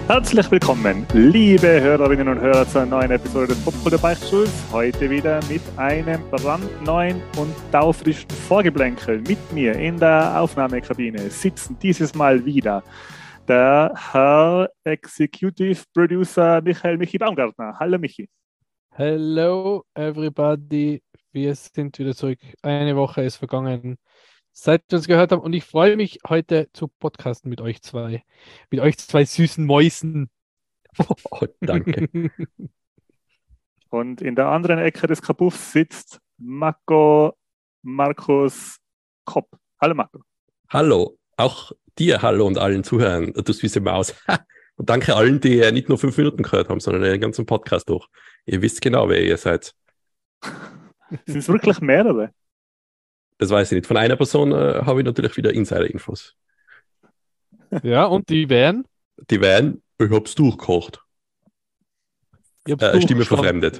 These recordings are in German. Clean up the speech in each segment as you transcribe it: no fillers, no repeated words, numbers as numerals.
Herzlich willkommen, liebe Hörerinnen und Hörer, zu einer neuen Episode des Popkultur-Beichtstuhls. Heute wieder mit einem brandneuen und taufrischen Vorgeplänkel. Mit mir in der Aufnahmekabine sitzen dieses Mal wieder der Herr Executive Producer Michi Baumgartner. Hallo Michi. Hello everybody, wir sind wieder zurück. Eine Woche ist vergangen, seit wir uns gehört haben, und ich freue mich heute zu podcasten mit euch zwei. Mit euch zwei süßen Mäusen. Oh, danke. Und in der anderen Ecke des Kabuffs sitzt Markus Kopp. Hallo Marco. Hallo, auch dir hallo und allen Zuhörern, du süße Maus. Und danke allen, die nicht nur 5 Minuten gehört haben, sondern den ganzen Podcast durch. Ihr wisst genau, wer ihr seid. Sind es wirklich mehrere? Das weiß ich nicht. Von einer Person habe ich natürlich wieder Insider-Infos. Ja, und die wären? Die wären, ich hab's durchgekocht. Stimme verfremdet.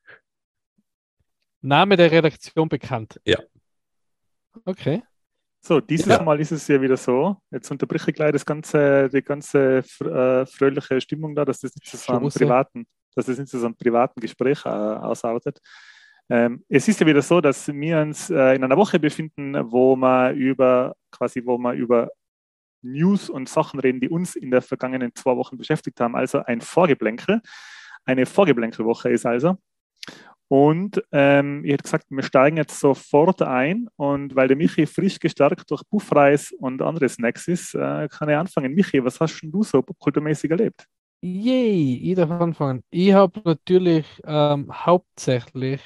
Name der Redaktion bekannt. Ja. Okay. So, dieses Mal ist es ja wieder so. Jetzt unterbreche ich gleich die ganze fröhliche Stimmung da, dass das nicht so ein privaten Gespräch ausartet. Es ist ja wieder so, dass wir uns in einer Woche befinden, wo wir über News und Sachen reden, die uns in den vergangenen 2 Wochen beschäftigt haben. Also ein Vorgeplänkel. Eine Vorgeplänkelwoche ist also. Und ich hätte gesagt, wir steigen jetzt sofort ein, und weil der Michi frisch gestärkt durch Buffreis und andere Snacks ist, kann ich anfangen. Michi, was hast du so popkulturmäßig erlebt? Yay, ich darf anfangen. Ich habe natürlich hauptsächlich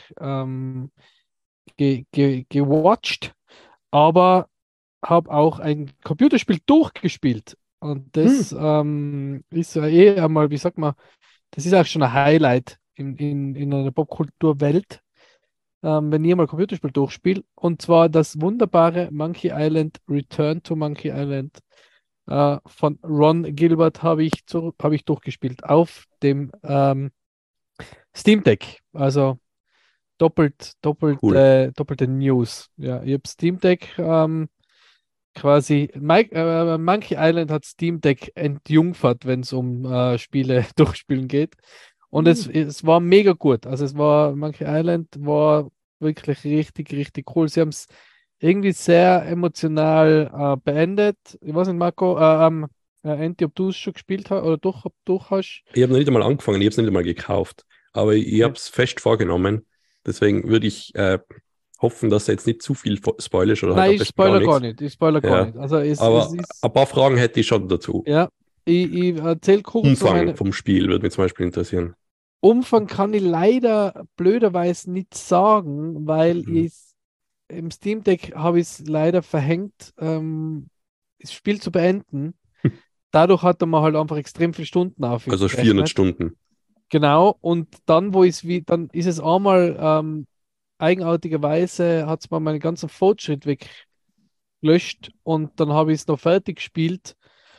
gewatcht, aber habe auch ein Computerspiel durchgespielt. Und das ist ja einmal, wie sagt man, das ist auch schon ein Highlight in einer Popkulturwelt, wenn ich mal ein Computerspiel durchspiele. Und zwar das wunderbare Monkey Island Return to Monkey Island von Ron Gilbert habe ich durchgespielt auf dem Steam Deck. Also doppelte News. Ja, ich habe Steam Deck quasi. Monkey Island hat Steam Deck entjungfert, wenn es um Spiele durchspielen geht. Und es war mega gut. Also Monkey Island war wirklich richtig, richtig cool. Sie haben es irgendwie sehr emotional beendet. Ich weiß nicht, Marco, Andy, ob du es schon gespielt hast oder durch hast. Ich habe noch nicht einmal angefangen, ich habe es nicht einmal gekauft. Aber ich habe es fest vorgenommen. Deswegen würde ich hoffen, dass er jetzt nicht zu viel spoilert. Oder Nein, halt ich spoiler gar nicht. Ja. Also Aber es ist, ein paar Fragen hätte ich schon dazu. ja, ich erzähle kurz Umfang vom Spiel würde mich zum Beispiel interessieren. Umfang kann ich leider blöderweise nicht sagen, weil im Steam Deck habe ich es leider verhängt, das Spiel zu beenden. Dadurch hatte man halt einfach extrem viele Stunden auf. Also 400 Stunden. Genau, und dann, dann ist es einmal eigenartigerweise, hat es mal meinen ganzen Fortschritt weggelöscht, und dann habe ich es noch fertig gespielt.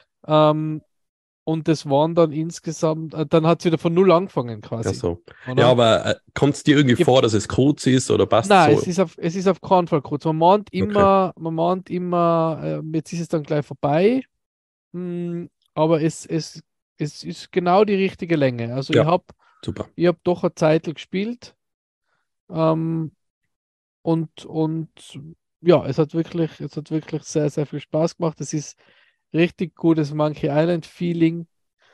Und das waren dann insgesamt, dann hat es wieder von null angefangen quasi. Ja, so. Oder? Ja, aber kommt es dir irgendwie vor, dass es kurz ist oder passt Nein, so? es ist auf keinen Fall kurz. Man mahnt immer, jetzt ist es dann gleich vorbei. Aber es ist genau die richtige Länge. Also Ja, super. ich hab doch eine Zeit gespielt. Und ja, es hat wirklich sehr, sehr viel Spaß gemacht. Es ist richtig gutes Monkey Island Feeling.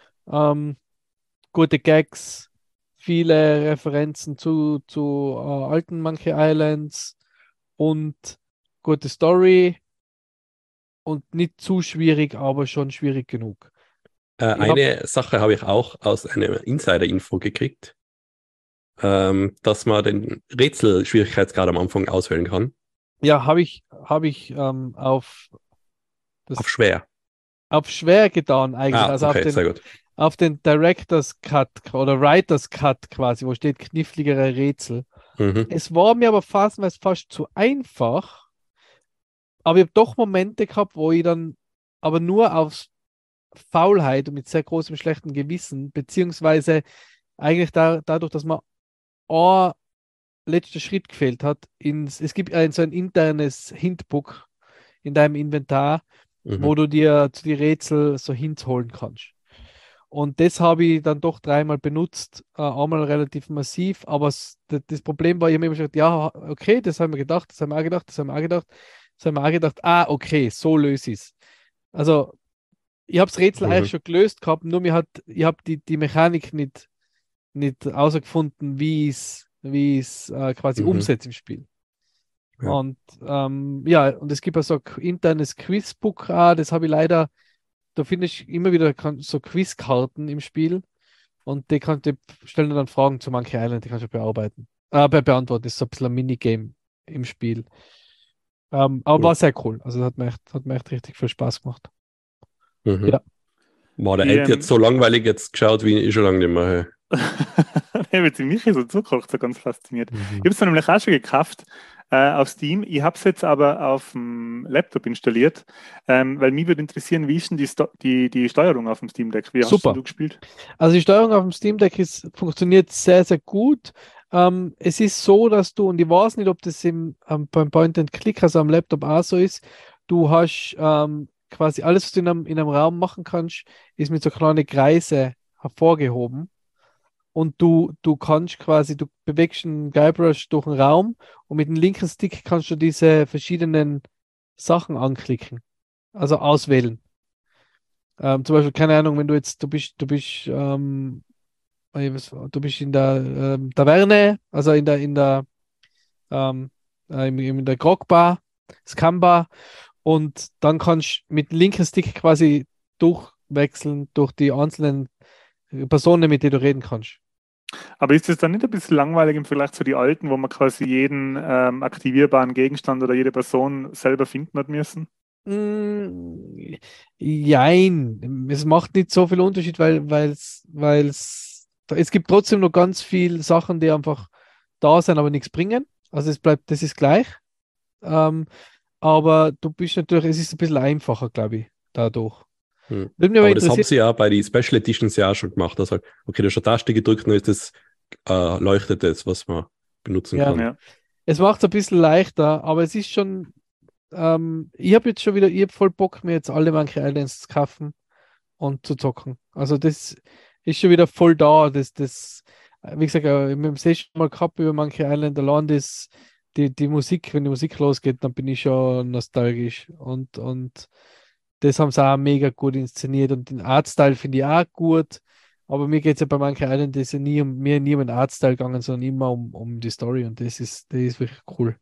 Gute Gags, viele Referenzen zu alten Monkey Islands und gute Story und nicht zu schwierig, aber schon schwierig genug. Eine Sache habe ich auch aus einer Insider-Info gekriegt, dass man den Rätsel-Schwierigkeitsgrad am Anfang auswählen kann. Ja, habe ich auf schwer. Auf schwer getan eigentlich. Also okay, sehr gut. Auf den Director's Cut oder Writer's Cut quasi, wo steht kniffligere Rätsel. Es war mir aber fast zu einfach. Aber ich habe doch Momente gehabt, wo ich dann aber nur auf Faulheit und mit sehr großem schlechten Gewissen, beziehungsweise eigentlich dadurch, dass man ein letzter Schritt gefehlt hat. Es gibt so ein internes Hintbook in deinem Inventar, wo du dir die Rätsel so Hints holen kannst. Und das habe ich dann doch 3-mal benutzt, einmal relativ massiv, aber das Problem war, ich habe mir immer gesagt, ja, okay, das haben wir gedacht, das haben wir auch gedacht, das haben wir auch gedacht, das haben wir auch gedacht, okay, so löse ich es. Also, ich habe das Rätsel eigentlich schon gelöst gehabt, nur ich habe die Mechanik nicht herausgefunden, wie ich es quasi Mhm. umsetze im Spiel. Ja. Und und es gibt ja so ein internes Quizbook, das habe ich leider, da finde ich immer wieder so Quizkarten im Spiel und die stellen dir dann Fragen zu Monkey Island, die kannst du beantworten. Das ist so ein bisschen ein Minigame im Spiel. Aber Cool. war sehr cool. Also hat mir echt richtig viel Spaß gemacht. Mhm. Ja. War der Die, Ed jetzt so langweilig jetzt geschaut, wie ich schon lange nicht mehr. Ich habe jetzt Michi so zugeguckt, so ganz fasziniert. Ich Mhm. habe es nämlich auch schon gekauft auf Steam. Ich habe es jetzt aber auf dem Laptop installiert, weil mich würde interessieren, wie ist denn die Steuerung auf dem Steam Deck? Wie hast denn Super. du gespielt? Also die Steuerung auf dem Steam Deck funktioniert sehr, sehr gut. Es ist so, dass du, und ich weiß nicht, ob das beim Point-and-Click, also am Laptop auch so ist, du hast quasi alles, was du in einem Raum machen kannst, ist mit so kleinen Kreise hervorgehoben. Und du kannst quasi, du bewegst einen Guybrush durch den Raum und mit dem linken Stick kannst du diese verschiedenen Sachen anklicken, also auswählen. Zum Beispiel, keine Ahnung, wenn du bist in der Taverne, also ähm, in der Grogbar, Scamba, und dann kannst du mit linkem Stick quasi durchwechseln durch die einzelnen Personen, mit denen du reden kannst. Aber ist es dann nicht ein bisschen langweilig im Vergleich zu den alten, wo man quasi jeden aktivierbaren Gegenstand oder jede Person selber finden hat müssen? Jein, es macht nicht so viel Unterschied, es gibt trotzdem noch ganz viele Sachen, die einfach da sind, aber nichts bringen. Also das ist gleich. Ähm, aber du bist natürlich, es ist ein bisschen einfacher, glaube ich, dadurch. Mhm. Würde mich aber Aber das haben interessieren, sie ja bei den Special Editions ja auch schon gemacht. Also, okay, da ist eine Taste gedrückt, dann ist das, leuchtet das, was man benutzen ja, kann. Ja. es macht es ein bisschen leichter, aber es ist schon, ich habe jetzt schon wieder, ich habe voll Bock, mir jetzt alle Monkey Islands zu kaufen und zu zocken. Also das ist schon wieder voll da. Wie gesagt, wir haben es eh schon mal gehabt über Monkey Island allein die Musik, wenn die Musik losgeht, dann bin ich schon nostalgisch. Und das haben sie auch mega gut inszeniert und den Artstyle finde ich auch gut. Aber mir geht es ja bei Monkey Island, das ist ja nie um den Artstyle gegangen, sondern immer um die Story und das ist wirklich cool.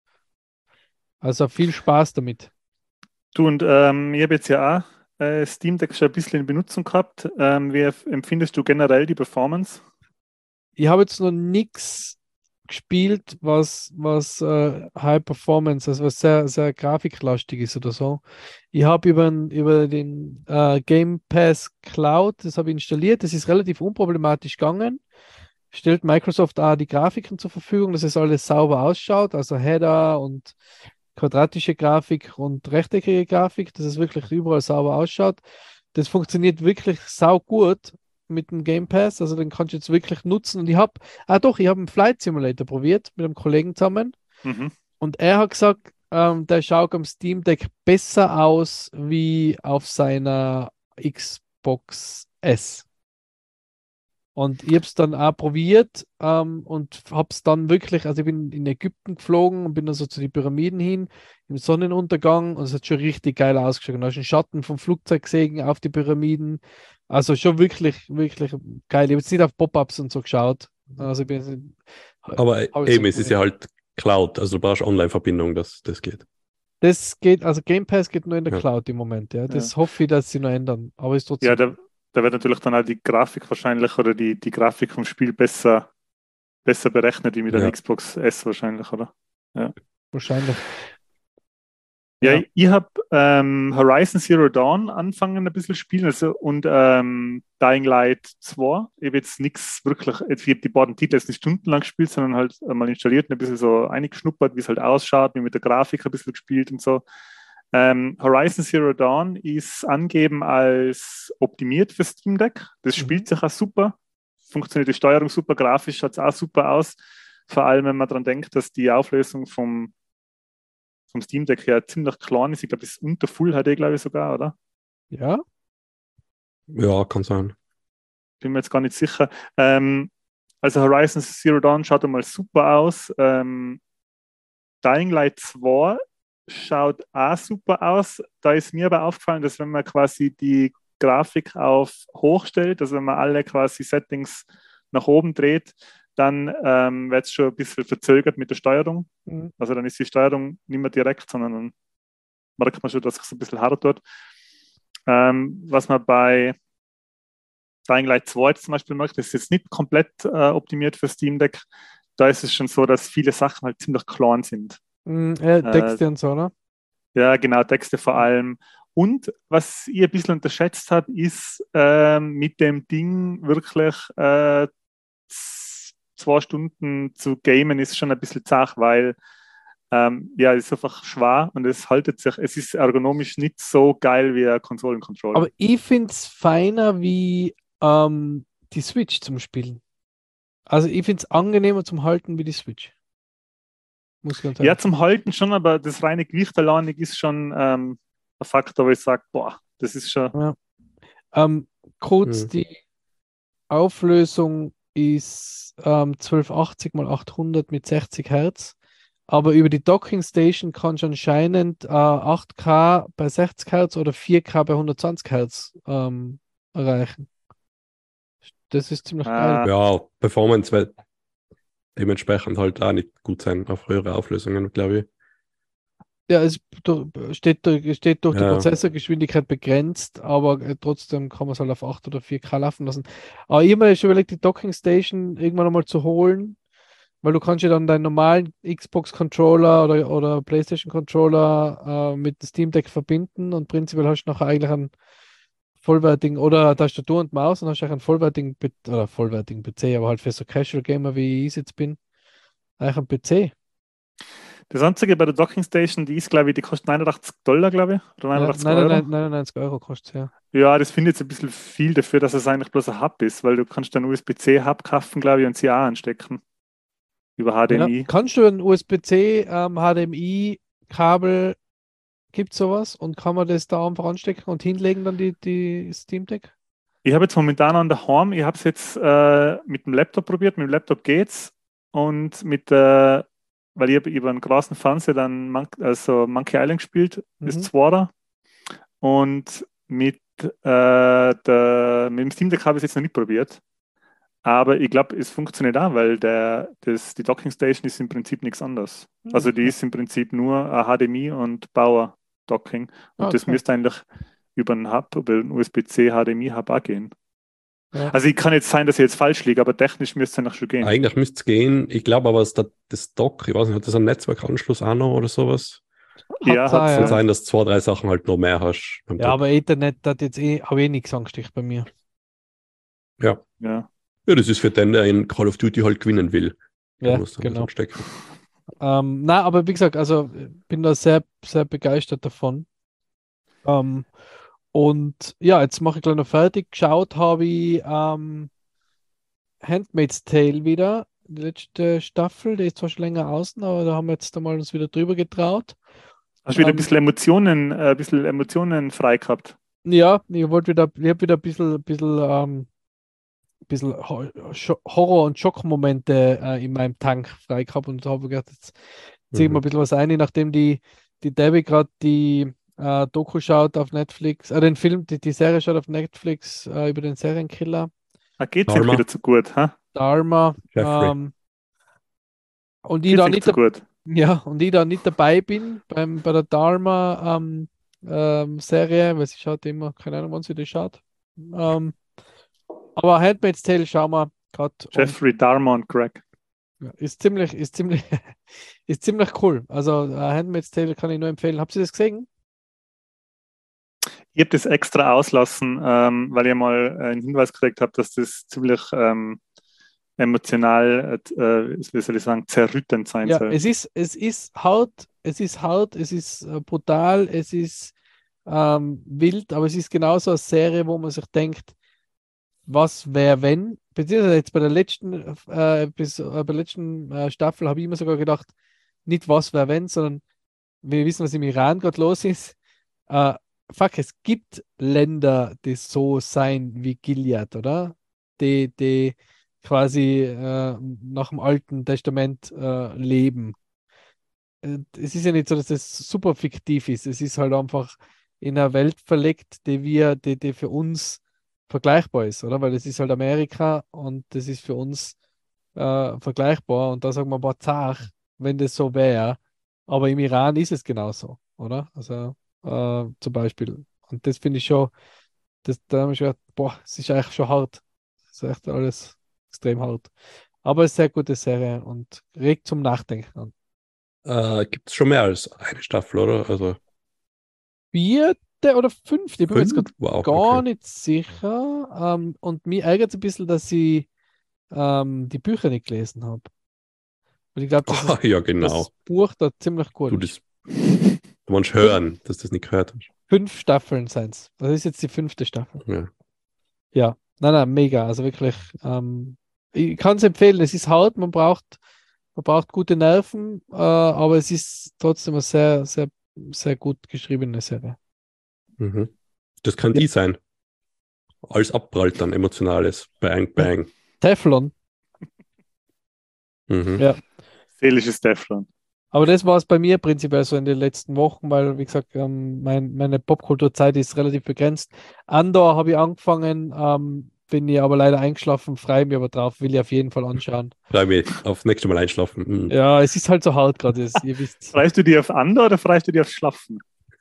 Also viel Spaß damit. Du und ich habe jetzt ja auch Steam Deck schon ein bisschen in Benutzung gehabt. Wie empfindest du generell die Performance? Ich habe jetzt noch nichts gespielt, was High Performance, also was sehr, sehr grafiklastig ist oder so. Ich habe über den Game Pass Cloud, das habe ich installiert, das ist relativ unproblematisch gegangen. Stellt Microsoft auch die Grafiken zur Verfügung, dass es alles sauber ausschaut, also Header und quadratische Grafik und rechteckige Grafik, dass es wirklich überall sauber ausschaut. Das funktioniert wirklich sau gut mit dem Game Pass, also den kannst du jetzt wirklich nutzen. Und ich habe einen Flight Simulator probiert mit einem Kollegen zusammen Mhm. und er hat gesagt, der schaut am Steam Deck besser aus wie auf seiner Xbox S. Und ich habe es dann auch probiert und habe es dann wirklich, also ich bin in Ägypten geflogen und bin dann so zu den Pyramiden hin, im Sonnenuntergang und es hat schon richtig geil ausgeschaut. Da hast du einen Schatten vom Flugzeug gesehen auf die Pyramiden. Also schon wirklich, wirklich geil. Ich habe jetzt nicht auf Pop-ups und so geschaut. Also ich bin Aber hab ich so eben, es ist probiert. ja halt Cloud, also du brauchst Online-Verbindung, dass das geht. Das geht, also Game Pass geht nur in der Ja. Cloud im Moment, ja. Ja, Das hoffe ich, dass sie noch ändern, aber ist ja trotzdem cool. da wird natürlich dann auch die Grafik wahrscheinlich oder die Grafik vom Spiel besser berechnet wie mit einer Ja. Xbox S wahrscheinlich, oder? Ja. Wahrscheinlich. Ja, Ja. ich habe Horizon Zero Dawn anfangen ein bisschen spielen und Dying Light 2. Ich habe jetzt nichts wirklich, ich habe die beiden Titel jetzt nicht stundenlang gespielt, sondern halt mal installiert und ein bisschen so eingeschnuppert, wie es halt ausschaut, wie mit der Grafik ein bisschen gespielt und so. Horizon Zero Dawn ist angegeben als optimiert für Steam Deck. Das Mhm. spielt sich auch super, funktioniert die Steuerung super, grafisch schaut es auch super aus. Vor allem, wenn man daran denkt, dass die Auflösung vom Steam Deck her ziemlich klein ist. Ich glaube, das ist unter Full HD, glaube ich sogar, oder? Ja. Ja, kann sein. bin mir jetzt gar nicht sicher. Also Horizon Zero Dawn schaut einmal super aus. Dying Light 2 schaut auch super aus. Da ist mir aber aufgefallen, dass wenn man quasi die Grafik auf hoch stellt, also wenn man alle quasi Settings nach oben dreht, dann wird es schon ein bisschen verzögert mit der Steuerung. Mhm. Also dann ist die Steuerung nicht mehr direkt, sondern dann merkt man schon, dass es ein bisschen hart wird. Was man bei Dying Light 2 jetzt zum Beispiel merkt, das ist jetzt nicht komplett optimiert für Steam Deck. Da ist es schon so, dass viele Sachen halt ziemlich klein sind. Texte und so, ne? Ja, genau, Texte vor allem. Und was ihr ein bisschen unterschätzt habt, ist mit dem Ding wirklich 2 Stunden zu gamen ist schon ein bisschen zart, weil ja, es ist einfach schwer und es haltet sich, es ist ergonomisch nicht so geil wie ein Konsolencontroller. Aber ich finde es feiner wie die Switch zum Spielen. Also ich finde es angenehmer zum Halten wie die Switch. Muss ich ganz Ja, ehrlich. zum Halten schon, aber das reine Gewicht allein ist schon ein Faktor, wo ich sage, boah, das ist schon. Ja. Kurz, Mhm. die Auflösung ist 1280 x 800 mit 60 Hertz. Aber über die Docking Station kannst du anscheinend 8K bei 60 Hertz oder 4K bei 120 Hertz erreichen. Das ist ziemlich geil. Ja, Performance wird dementsprechend halt auch nicht gut sein auf höhere Auflösungen, glaube ich. Ja, es steht durch die Ja. Prozessorgeschwindigkeit begrenzt, aber trotzdem kann man es halt auf 8 oder 4K laufen lassen. Aber ich habe mir schon überlegt, die Docking Station irgendwann einmal zu holen, weil du kannst ja dann deinen normalen Xbox-Controller oder PlayStation-Controller mit dem Steam Deck verbinden und prinzipiell hast du nachher eigentlich einen vollwertigen oder Tastatur und Maus und hast eigentlich einen vollwertigen PC, aber halt für so Casual Gamer wie ich es jetzt bin, eigentlich ein PC. Das einzige bei der Docking Station, die ist, glaube ich, die kostet $89, glaube ich, oder Ja, 89 Euro. 99 Euro kostet es, ja. Ja, das finde ich jetzt ein bisschen viel dafür, dass es eigentlich bloß ein Hub ist, weil du kannst einen USB-C-Hub kaufen, glaube ich, und sie auch anstecken. Über Ja, HDMI. kannst du ein USB-C, HDMI-Kabel, gibt sowas und kann man das da einfach anstecken und hinlegen dann die Steam Deck? Ich habe jetzt momentan an der Home, ich habe es jetzt mit dem Laptop probiert, mit dem Laptop geht's und weil ich über einen großen Fernseher dann Monkey Island gespielt, das Mhm. Zweiter und mit dem Steam Deck habe ich es jetzt noch nicht probiert, aber ich glaube, es funktioniert auch, weil die Docking Station ist im Prinzip nichts anderes. Also die Okay. ist im Prinzip nur ein HDMI und Power Docking und das Okay. müsste eigentlich über einen Hub, über einen USB-C HDMI-Hub auch gehen. Ja. Also ich kann jetzt sein, dass ich jetzt falsch liege, aber technisch müsste es eigentlich schon gehen. Eigentlich müsste es gehen. Ich glaube aber, das Dock, ich weiß nicht, hat das einen Netzwerkanschluss auch noch oder sowas? Ja, Hat's hat auch, Kann ja. sein, dass 2, 3 Sachen halt noch mehr hast beim Ja, Dock. aber Ethernet hat jetzt habe nichts angesticht bei mir. Ja. Ja. Ja, das ist für den, der in Call of Duty halt gewinnen will. Der Ja, muss dann genau. anstecken. Na, aber wie gesagt, also bin da sehr, sehr begeistert davon. Und ja, jetzt mache ich gleich noch fertig. Geschaut habe ich Handmaid's Tale wieder, die letzte Staffel, die ist zwar schon länger außen, aber da haben wir jetzt einmal uns wieder drüber getraut. Hast du wieder ein Ähm, bisschen Emotionen frei gehabt? Ja, ich habe wieder ein bisschen Horror- und Schockmomente in meinem Tank frei gehabt und habe gedacht, jetzt ziehe ich mal ein bisschen was ein, nachdem die Debbie gerade die Doku schaut auf Netflix, den Film, die Serie schaut auf Netflix über den Serienkiller Geht's euch Dharma, wieder zu gut, ha? Dharma. Jeffrey. Und ich Geht's da euch nicht, zu gut? ja, und ich da nicht dabei bin bei der Dharma Serie, weil sie schaut immer, keine Ahnung, wann sie die schaut. Aber Handmaid's Tale schauen wir gerade und Jeffrey Dahmer und Greg. ja, ist ziemlich cool. Also Handmaid's Tale kann ich nur empfehlen. Habt ihr das gesehen? Ich habe das extra auslassen, weil ich mal einen Hinweis gekriegt habe, dass das ziemlich emotional, wie soll ich sagen, zerrüttend sein Ja, soll. es ist hart, es ist brutal, es ist wild, aber es ist genauso eine Serie, wo man sich denkt, was wäre, wenn, beziehungsweise jetzt bei der bei der letzten Staffel habe ich immer sogar gedacht, nicht was wäre, wenn, sondern wir wissen, was im Iran gerade los ist. Fuck, es gibt Länder, die so sein wie Gilead, oder? die quasi nach dem Alten Testament leben. Es ist ja nicht so, dass es super fiktiv ist. Es ist halt einfach in einer Welt verlegt, die für uns vergleichbar ist, oder? Weil es ist halt Amerika und das ist für uns vergleichbar. Und da sagen wir, boah, zach, wenn das so wäre. Aber im Iran ist es genauso, oder? Also zum Beispiel. Und das finde ich schon, da habe ich schon gedacht, boah, es ist eigentlich schon hart. Es ist echt alles extrem hart. Aber es ist eine sehr gute Serie und regt zum Nachdenken an. Gibt es schon mehr als eine Staffel, oder? Also Vierte oder fünfte, ich bin mir jetzt 5? gerade Wow, gar okay. nicht sicher. Und mir ärgert es ein bisschen, dass ich die Bücher nicht gelesen habe. Und ich glaube, Ja, dass genau. das Buch da ziemlich gut Du, ist. du musst hören, dass du das nicht gehört hast. 5 Staffeln sind es. Das ist jetzt die 5. Staffel. Ja. Ja, nein, mega. Also wirklich, ich kann es empfehlen. Es ist hart, man braucht gute Nerven, aber es ist trotzdem eine sehr, sehr, sehr gut geschriebene Serie. Mhm. Das kann Ja. die sein. Alles abprallt dann, emotionales. Bang, bang. Teflon, Mhm. ja. Seelisches Teflon. Aber das war es bei mir prinzipiell so in den letzten Wochen, weil, wie gesagt, meine Popkulturzeit ist relativ begrenzt. Andor habe ich angefangen, bin ich aber leider eingeschlafen, freue mich aber drauf, will ich auf jeden Fall anschauen. Freue mich aufs nächste Mal einschlafen. Mhm. Ja, es ist halt so hart gerade, ihr wisst. Freust du dich auf Andor oder freust du dich auf Schlafen?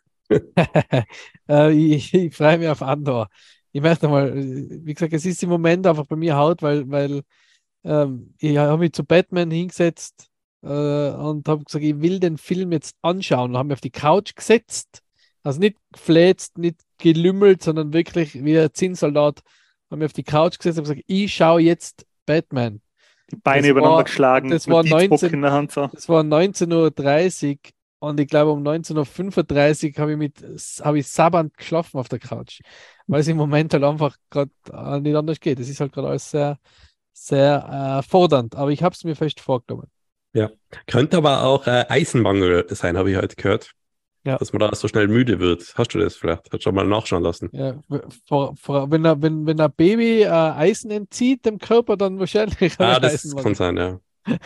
Ich freue mich auf Andor. Ich möchte mal, wie gesagt, es ist im Moment einfach bei mir hart, weil ich habe mich zu Batman hingesetzt und habe gesagt, ich will den Film jetzt anschauen und habe mich auf die Couch gesetzt. Also nicht gefläzt, nicht gelümmelt, sondern wirklich wie ein Zinnsoldat. Habe mich auf die Couch gesetzt und gesagt, ich schaue jetzt Batman. Die Beine Das übereinander war, geschlagen, das war Notizbuch 19, in der Hand so. das war 19:30 Uhr und ich glaube um 19:35 Uhr habe ich sabbernd geschlafen auf der Couch, weil es im Moment halt einfach gerade nicht anders geht. Es ist halt gerade alles sehr, sehr fordernd, aber ich habe es mir fest vorgenommen. Ja. Könnte aber auch Eisenmangel sein, habe ich heute gehört. Ja. Dass man da so schnell müde wird. Hast du das vielleicht? Hast du schon mal nachschauen lassen? Ja, wenn ein Baby Eisen entzieht dem Körper, dann wahrscheinlich habe ich Das Eisenmangel. kann sein, ja.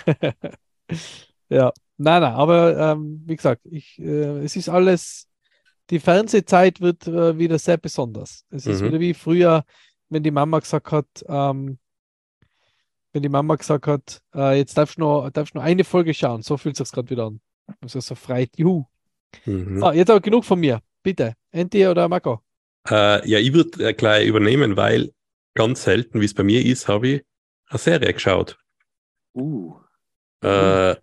Ja, nein, aber wie gesagt, es ist alles, die Fernsehzeit wird wieder sehr besonders. Es ist Mhm. wieder wie früher, wenn die Mama gesagt hat, jetzt darfst du nur eine Folge schauen, so fühlt es sich gerade wieder an. Also so frei, juhu. Mhm. So, jetzt aber genug von mir. Bitte, Enti oder Marco? Ja, ich würde gleich übernehmen, weil ganz selten, wie es bei mir ist, habe ich eine Serie geschaut. Äh,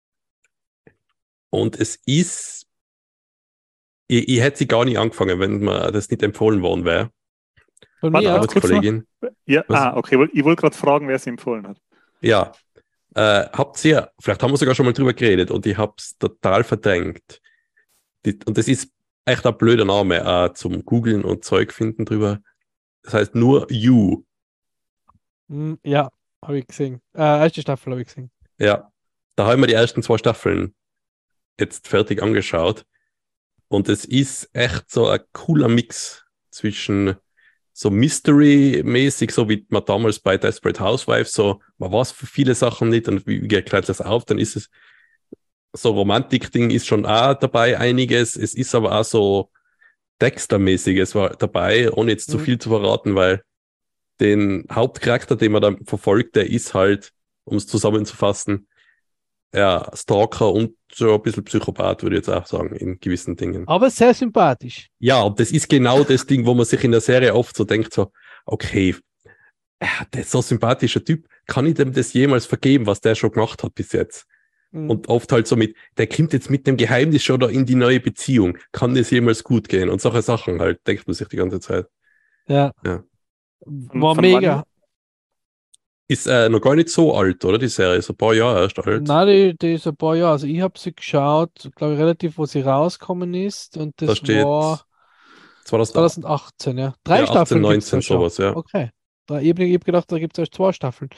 und es ist, ich hätte sie gar nicht angefangen, wenn mir das nicht empfohlen worden wäre. Von Warte, mir? ganz kurz Arbeitskollegin. Ja, Was? okay, ich wollte gerade fragen, wer sie empfohlen hat. Ja, vielleicht haben wir sogar schon mal drüber geredet und ich habe es total verdrängt. Und das ist echt ein blöder Name zum Googlen und Zeug finden drüber. Das heißt nur You. Ja, habe ich gesehen. Erste Staffel habe ich gesehen. Ja, da haben wir die ersten 2 Staffeln jetzt fertig angeschaut. Und es ist echt so ein cooler Mix zwischen so Mystery-mäßig, so wie man damals bei Desperate Housewives, so man weiß für viele Sachen nicht und wie erklärt das auf, dann ist es so Romantik-Ding ist schon auch dabei einiges, es ist aber auch so Dexter-mäßiges war dabei, ohne jetzt zu viel zu verraten, weil den Hauptcharakter, den man da verfolgt, der ist halt, um es zusammenzufassen, ja, Stalker und so ein bisschen Psychopath, würde ich jetzt auch sagen, in gewissen Dingen. Aber sehr sympathisch. Ja, und das ist genau das Ding, wo man sich in der Serie oft so denkt, so, okay, der ist so ein sympathischer Typ, kann ich dem das jemals vergeben, was der schon gemacht hat bis jetzt? Und oft halt so der kommt jetzt mit dem Geheimnis schon da in die neue Beziehung, kann das jemals gut gehen? Und solche Sachen halt, denkt man sich die ganze Zeit. Ja. Ja. War Von mega. Ist noch gar nicht so alt, oder? Die Serie ist ein paar Jahre erst alt. Nein, die ist ein paar Jahre. Also ich habe sie geschaut, glaube ich, relativ, wo sie rausgekommen ist. Und Da das steht war 2018, 2018, ja. 3 ja, 18, Staffeln gibt es 19, da schon. sowas, ja. Okay. Ich hab gedacht, da gibt es erst 2 Staffeln.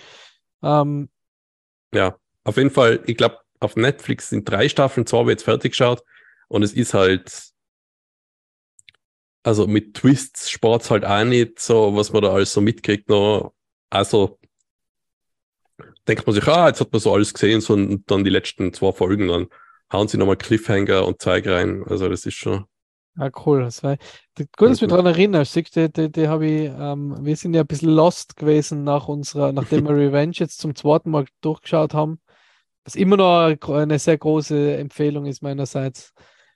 Ja, auf jeden Fall, ich glaube, auf Netflix sind 3 Staffeln, 2 habe ich jetzt fertig geschaut und es ist halt, also mit Twists Sports halt auch nicht so, was man da alles so mitkriegt noch. Also denkt man sich, jetzt hat man so alles gesehen, so, und dann die letzten 2 Folgen, dann hauen sie nochmal Cliffhanger und Zeug rein. Also das ist schon Cool. Gut, dass du mich gut. daran erinnerst. Siehst du, die habe ich, wir sind ja ein bisschen lost gewesen nachdem wir Revenge jetzt zum zweiten Mal durchgeschaut haben. Was immer noch eine sehr große Empfehlung ist meinerseits.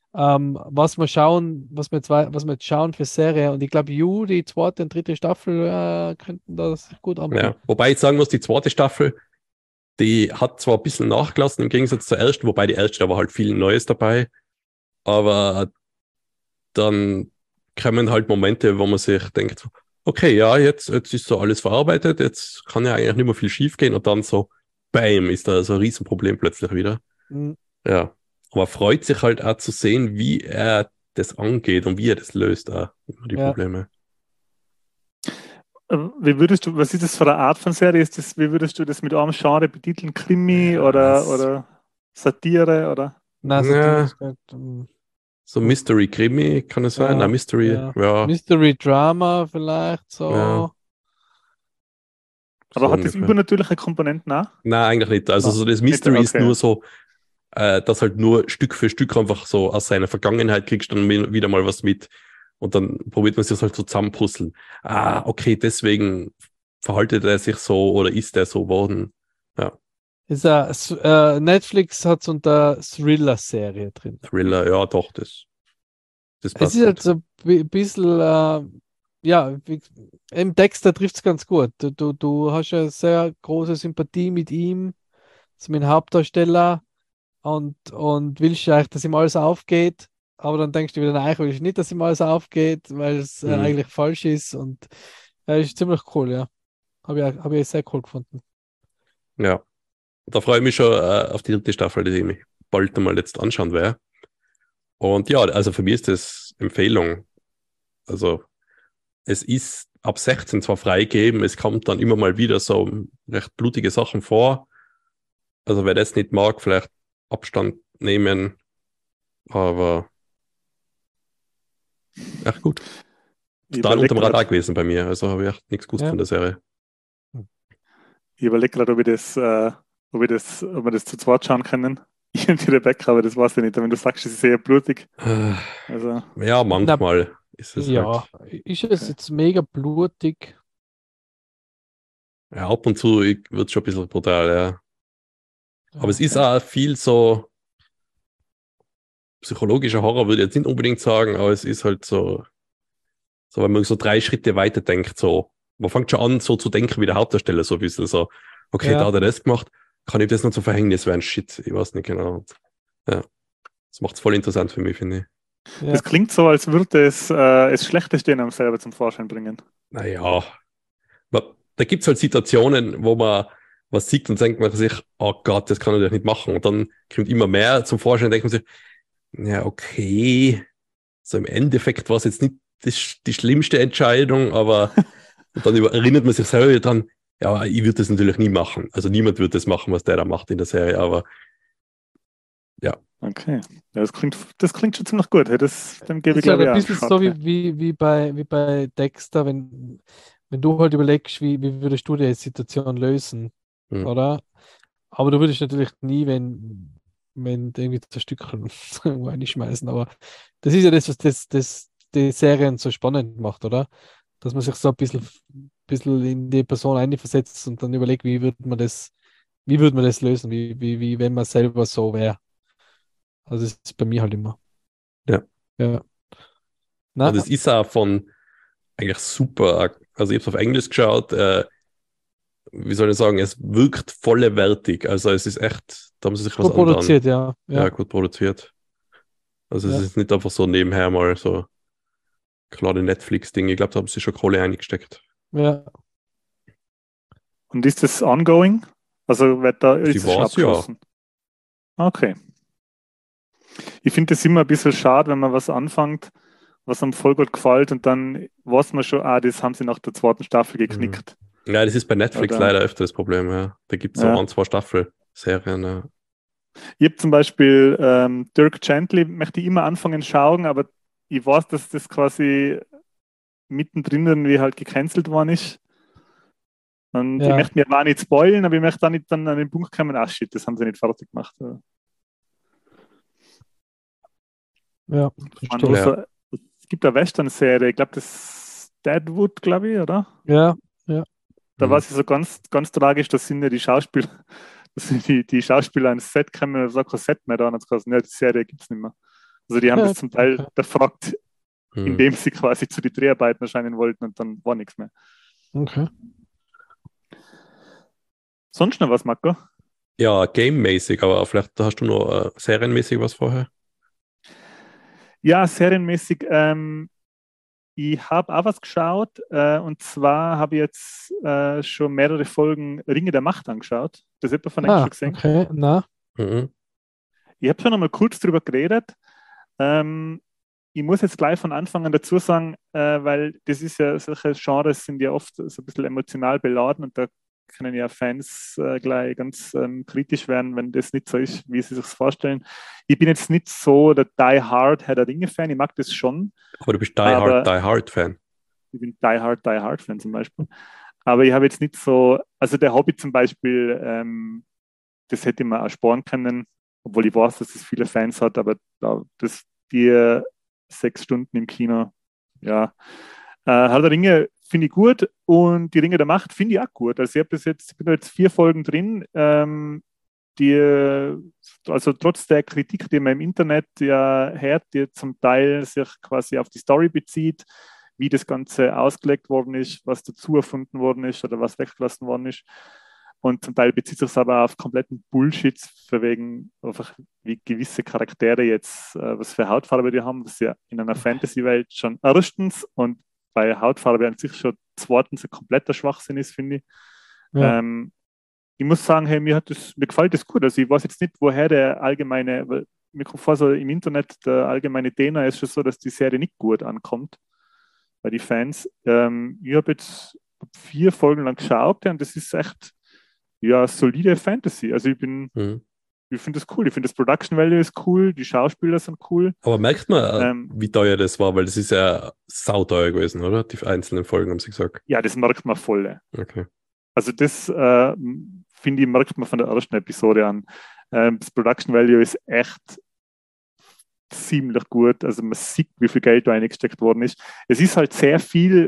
Was wir jetzt schauen für Serie. Und ich glaube, die zweite und dritte Staffel könnten das gut anbieten. Ja. Wobei ich sagen muss, die zweite Staffel, die hat zwar ein bisschen nachgelassen im Gegensatz zur ersten, wobei die erste, da war halt viel Neues dabei, aber dann kommen halt Momente, wo man sich denkt, so, okay, ja, jetzt ist so alles verarbeitet, jetzt kann ja eigentlich nicht mehr viel schief gehen und dann so, bam, ist da so ein Riesenproblem plötzlich wieder. Mhm. Ja. Und man freut sich halt auch zu sehen, wie er das angeht und wie er das löst, auch die Ja. Probleme. Was ist das für eine Art von Serie? Wie würdest du das mit einem Genre betiteln? Krimi Ja, oder Satire oder? Nein, Ja, Satire. so Mystery-Krimi, kann es sein? Ja, Nein, Mystery, ja. ja, Mystery Drama vielleicht so. ja, Aber so hat das ungefähr. übernatürliche Komponenten auch? Nein, eigentlich nicht. Also Nein, so das nicht, Mystery ist okay. nur so, dass halt nur Stück für Stück einfach so aus seiner Vergangenheit kriegst du dann wieder mal was mit und dann probiert man sich das halt so zusammenpuzzeln. Okay, deswegen verhaltet er sich so oder ist er so geworden. Ja, Netflix hat es unter Thriller-Serie drin. Thriller, ja doch, das Es passt ist halt gut. so ein bisschen, im Dexter trifft es ganz gut. Du hast ja sehr große Sympathie mit ihm, so mit dem Hauptdarsteller und willst ja eigentlich, dass ihm alles aufgeht, aber dann denkst du wieder, nein, ich will nicht, dass ihm alles aufgeht, weil es Mhm. eigentlich falsch ist und ist ziemlich cool, ja. Hab ich sehr cool gefunden. Ja, da freue ich mich schon auf die dritte Staffel, die ich mich bald einmal jetzt anschauen werde. Und ja, also für mich ist das Empfehlung. Also es ist ab 16 zwar freigegeben, es kommt dann immer mal wieder so recht blutige Sachen vor. Also wer das nicht mag, vielleicht Abstand nehmen, aber echt gut. Ich Total überlege unterm Radar gerade, gewesen bei mir, also habe ich echt nichts gewusst Ja. von der Serie. ob wir das zu zweit schauen können. Ich und die Rebecca, aber das weiß ich nicht. Wenn du sagst, es ist sehr blutig. Also, Ja, manchmal ist es Ja, halt. ist es jetzt mega blutig? Ja, ab und zu wird es schon ein bisschen brutal, ja. Aber es ist okay. auch viel so psychologischer Horror, würde ich jetzt nicht unbedingt sagen, aber es ist halt so, wenn man so 3 Schritte weiter denkt, so, man fängt schon an, so zu denken wie der Hauptdarsteller, so ein bisschen so, okay, Ja. da hat er das gemacht, kann ihm das noch zum Verhängnis werden? Shit, ich weiß nicht genau. Und, ja, das macht es voll interessant für mich, finde ich. Ja. Das klingt so, als würde es das Schlechteste in einem selber zum Vorschein bringen. Naja, da gibt es halt Situationen, wo man was sieht und denkt man sich, oh Gott, das kann er doch nicht machen. Und dann kommt immer mehr zum Vorschein und denkt man sich, ja, okay, so im Endeffekt war es jetzt nicht die schlimmste Entscheidung, aber und dann erinnert man sich selber dran, ja, ich würde das natürlich nie machen. Also niemand wird das machen, was der da macht in der Serie, aber ja. Okay. Ja, das klingt schon ziemlich gut. Hey, dem gebe ich, Ist halt glaube ich, ein auch einen bisschen Shot. so wie bei Dexter, wenn du halt überlegst, wie würdest du die Situation lösen, Hm. oder? Aber du würdest natürlich nie, wenn irgendwie zerstückeln irgendwo reinschmeißen. Aber das ist ja das, was die Serien so spannend macht, oder? Dass man sich so ein bisschen in die Person einversetzt und dann überlegt, wie würde man das lösen, wie wenn man selber so wäre. Also das ist bei mir halt immer. Ja. Ja. Und Na, es ist auch von eigentlich super, also ich habe es auf Englisch geschaut, wie soll ich sagen, es wirkt vollewertig. Also es ist echt, da haben sie sich was gut angetan. produziert, ja. Ja, gut produziert. Also es Ja. ist nicht einfach so nebenher mal so kleine Netflix-Ding. Ich glaube, da haben sie schon Kohle eingesteckt. Ja. Und ist das ongoing? Also ist Sie es schon war's ja. abgeschlossen? Okay. Ich finde es immer ein bisschen schade, wenn man was anfängt, was einem voll gut gefällt und dann weiß man schon, das haben sie nach der zweiten Staffel geknickt. Ja, das ist bei Netflix Oder- leider öfter das Problem, ja. Da gibt es so Ja. 1, 2 Staffel-Serien, ja. Ich habe zum Beispiel Dirk Gently, möchte ich immer anfangen schauen, aber ich weiß, dass das quasi mittendrin irgendwie halt gecancelt worden ist. Und Ja. ich möchte mir auch nicht spoilen, aber ich möchte auch nicht dann an den Punkt kommen, ach shit, das haben sie nicht fertig gemacht. Ja, Man, verstehe. Ja. also, es gibt eine Western-Serie, ich glaube, das ist Deadwood, glaube ich, oder? Ja, Da Mhm. war es so ganz, ganz tragisch, dass sind ja die Schauspieler, dass sind die Schauspieler ans Set kommen und sagen, kein Set mehr da, und dann gesagt, ja, die Serie gibt es nicht mehr. Also die haben das zum Teil okay. befragt, Mhm. indem sie quasi zu den Dreharbeiten erscheinen wollten und dann war nichts mehr. Okay. Sonst noch was, Marco? Ja, game-mäßig, aber vielleicht hast du noch serienmäßig was vorher. Ja, serienmäßig, ich habe auch was geschaut, und zwar habe ich jetzt schon mehrere Folgen Ringe der Macht angeschaut. Das hat man von euch schon gesehen. Okay, na. Mhm. Ich habe schon einmal kurz drüber geredet. Ich muss jetzt gleich von Anfang an dazu sagen, weil das ist ja, solche Genres sind ja oft so ein bisschen emotional beladen und da können ja Fans gleich ganz kritisch werden, wenn das nicht so ist, wie sie sich vorstellen. Ich bin jetzt nicht so der Die Hard Herr der Ringe-Fan, ich mag das schon, Aber du bist aber Die Hard-Fan. ich bin Die Hard Fan zum Beispiel. Aber ich habe jetzt nicht so, also der Hobbit zum Beispiel, das hätte ich mir auch sparen können, obwohl ich weiß, dass es viele Fans hat, aber die 6 Stunden im Kino, ja. Herr der Ringe finde ich gut und die Ringe der Macht finde ich auch gut. Also ich bin jetzt 4 Folgen drin, also trotz der Kritik, die man im Internet ja hört, die zum Teil sich quasi auf die Story bezieht, wie das Ganze ausgelegt worden ist, was dazu erfunden worden ist oder was weggelassen worden ist. Und zum Teil bezieht sich es aber auf kompletten Bullshit, für wegen einfach, wie gewisse Charaktere jetzt, was für Hautfarbe die haben, was ja in einer Fantasy-Welt schon erstens und bei Hautfarbe an sich schon zweitens ein kompletter Schwachsinn ist, finde ich. Ja. Ich muss sagen, hey, mir gefällt das gut. Also ich weiß jetzt nicht, woher der allgemeine, weil mir kommt vor, so im Internet, der allgemeine Tenor ist schon so, dass die Serie nicht gut ankommt bei den Fans. Ich habe jetzt 4 Folgen lang geschaut und das ist echt, ja, solide Fantasy. Also ich finde das cool. Ich finde das Production Value ist cool, die Schauspieler sind cool. Aber merkt man, Ähm, wie teuer das war? Weil das ist ja sauteuer gewesen, oder? Die einzelnen Folgen haben sie gesagt. ja, das merkt man voll. Okay. Also das finde ich, merkt man von der ersten Episode an. Das Production Value ist echt ziemlich gut. Also man sieht, wie viel Geld da eingesteckt worden ist. Es ist halt sehr viel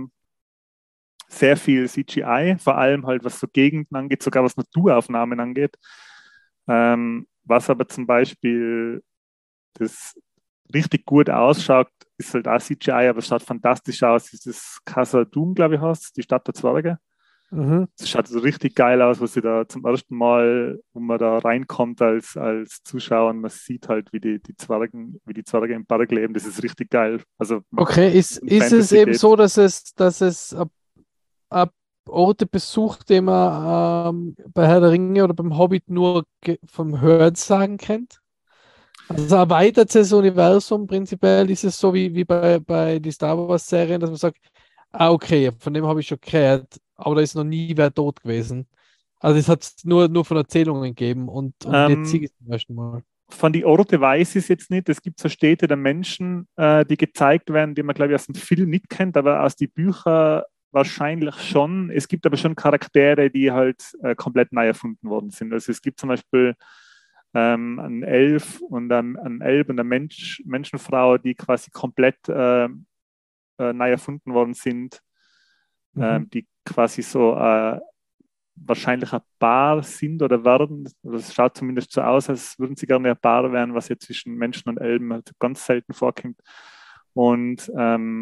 CGI, vor allem halt was so Gegenden angeht, sogar was Naturaufnahmen angeht. Was aber zum Beispiel das richtig gut ausschaut, ist halt auch CGI, aber es schaut fantastisch aus. Das ist Khazad-dûm, glaube ich, heißt die Stadt der Zwerge. Mhm. Es schaut so richtig geil aus, was sie da zum ersten Mal, wo man da reinkommt als Zuschauer, und man sieht halt, wie die Zwerge im Park leben. Das ist richtig geil. Also Okay, ist es Fantasy eben geht. so, dass es ab Orte besucht, die man bei Herr der Ringe oder beim Hobbit nur vom Hörensagen kennt? Also erweitert sich das Universum prinzipiell, ist es so wie bei die Star Wars-Serien, dass man sagt, okay, von dem habe ich schon gehört, aber da ist noch nie wer tot gewesen. Also es hat nur von Erzählungen gegeben und jetzt sehe ich es zum ersten Mal. Von die Orte weiß ich es jetzt nicht. Es gibt so Städte der Menschen, die gezeigt werden, die man, glaube ich, aus dem Film nicht kennt, aber aus den Büchern wahrscheinlich schon. Es gibt aber schon Charaktere, die halt komplett neu erfunden worden sind. Also es gibt zum Beispiel einen Elf und einen Elb und eine Menschenfrau, die quasi komplett neu erfunden worden sind, die quasi so wahrscheinlich ein Paar sind oder werden. Das schaut zumindest so aus, als würden sie gerne ein Paar werden, was ja zwischen Menschen und Elben halt ganz selten vorkommt. Und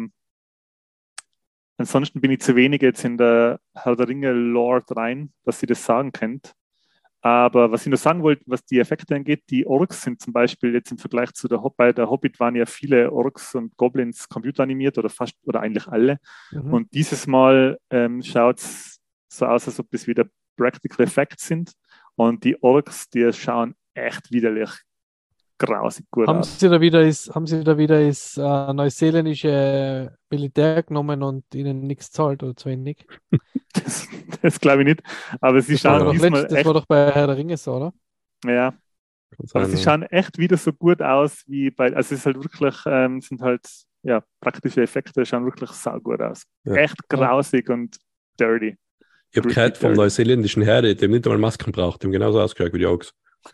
ansonsten bin ich zu wenig jetzt in der Herr der Ringe Lore rein, dass sie das sagen könnt. Aber was ich nur sagen wollte, was die Effekte angeht, die Orks sind zum Beispiel jetzt im Vergleich zu bei der Hobbit waren ja viele Orks und Goblins computeranimiert oder fast oder eigentlich alle. Und dieses Mal schaut es so aus, als ob das wieder Practical Effects sind. Und die Orks, die schauen echt widerlich grausig gut Haben aus. Sie da wieder das neuseeländische Militär genommen und ihnen nichts zahlt oder zu wenig? Das glaube ich nicht. Aber sie Das war schauen doch diesmal das war doch bei Herr der Ringe so, oder? Ja, aber sie schauen echt wieder so gut aus wie bei, also es ist halt wirklich, sind halt, ja, praktische Effekte, schauen wirklich saugut aus. Ja. Echt grausig und dirty. Ich habe gehört vom neuseeländischen Herde, dem nicht einmal Masken braucht, dem genauso ausgeschaut wie die Augs.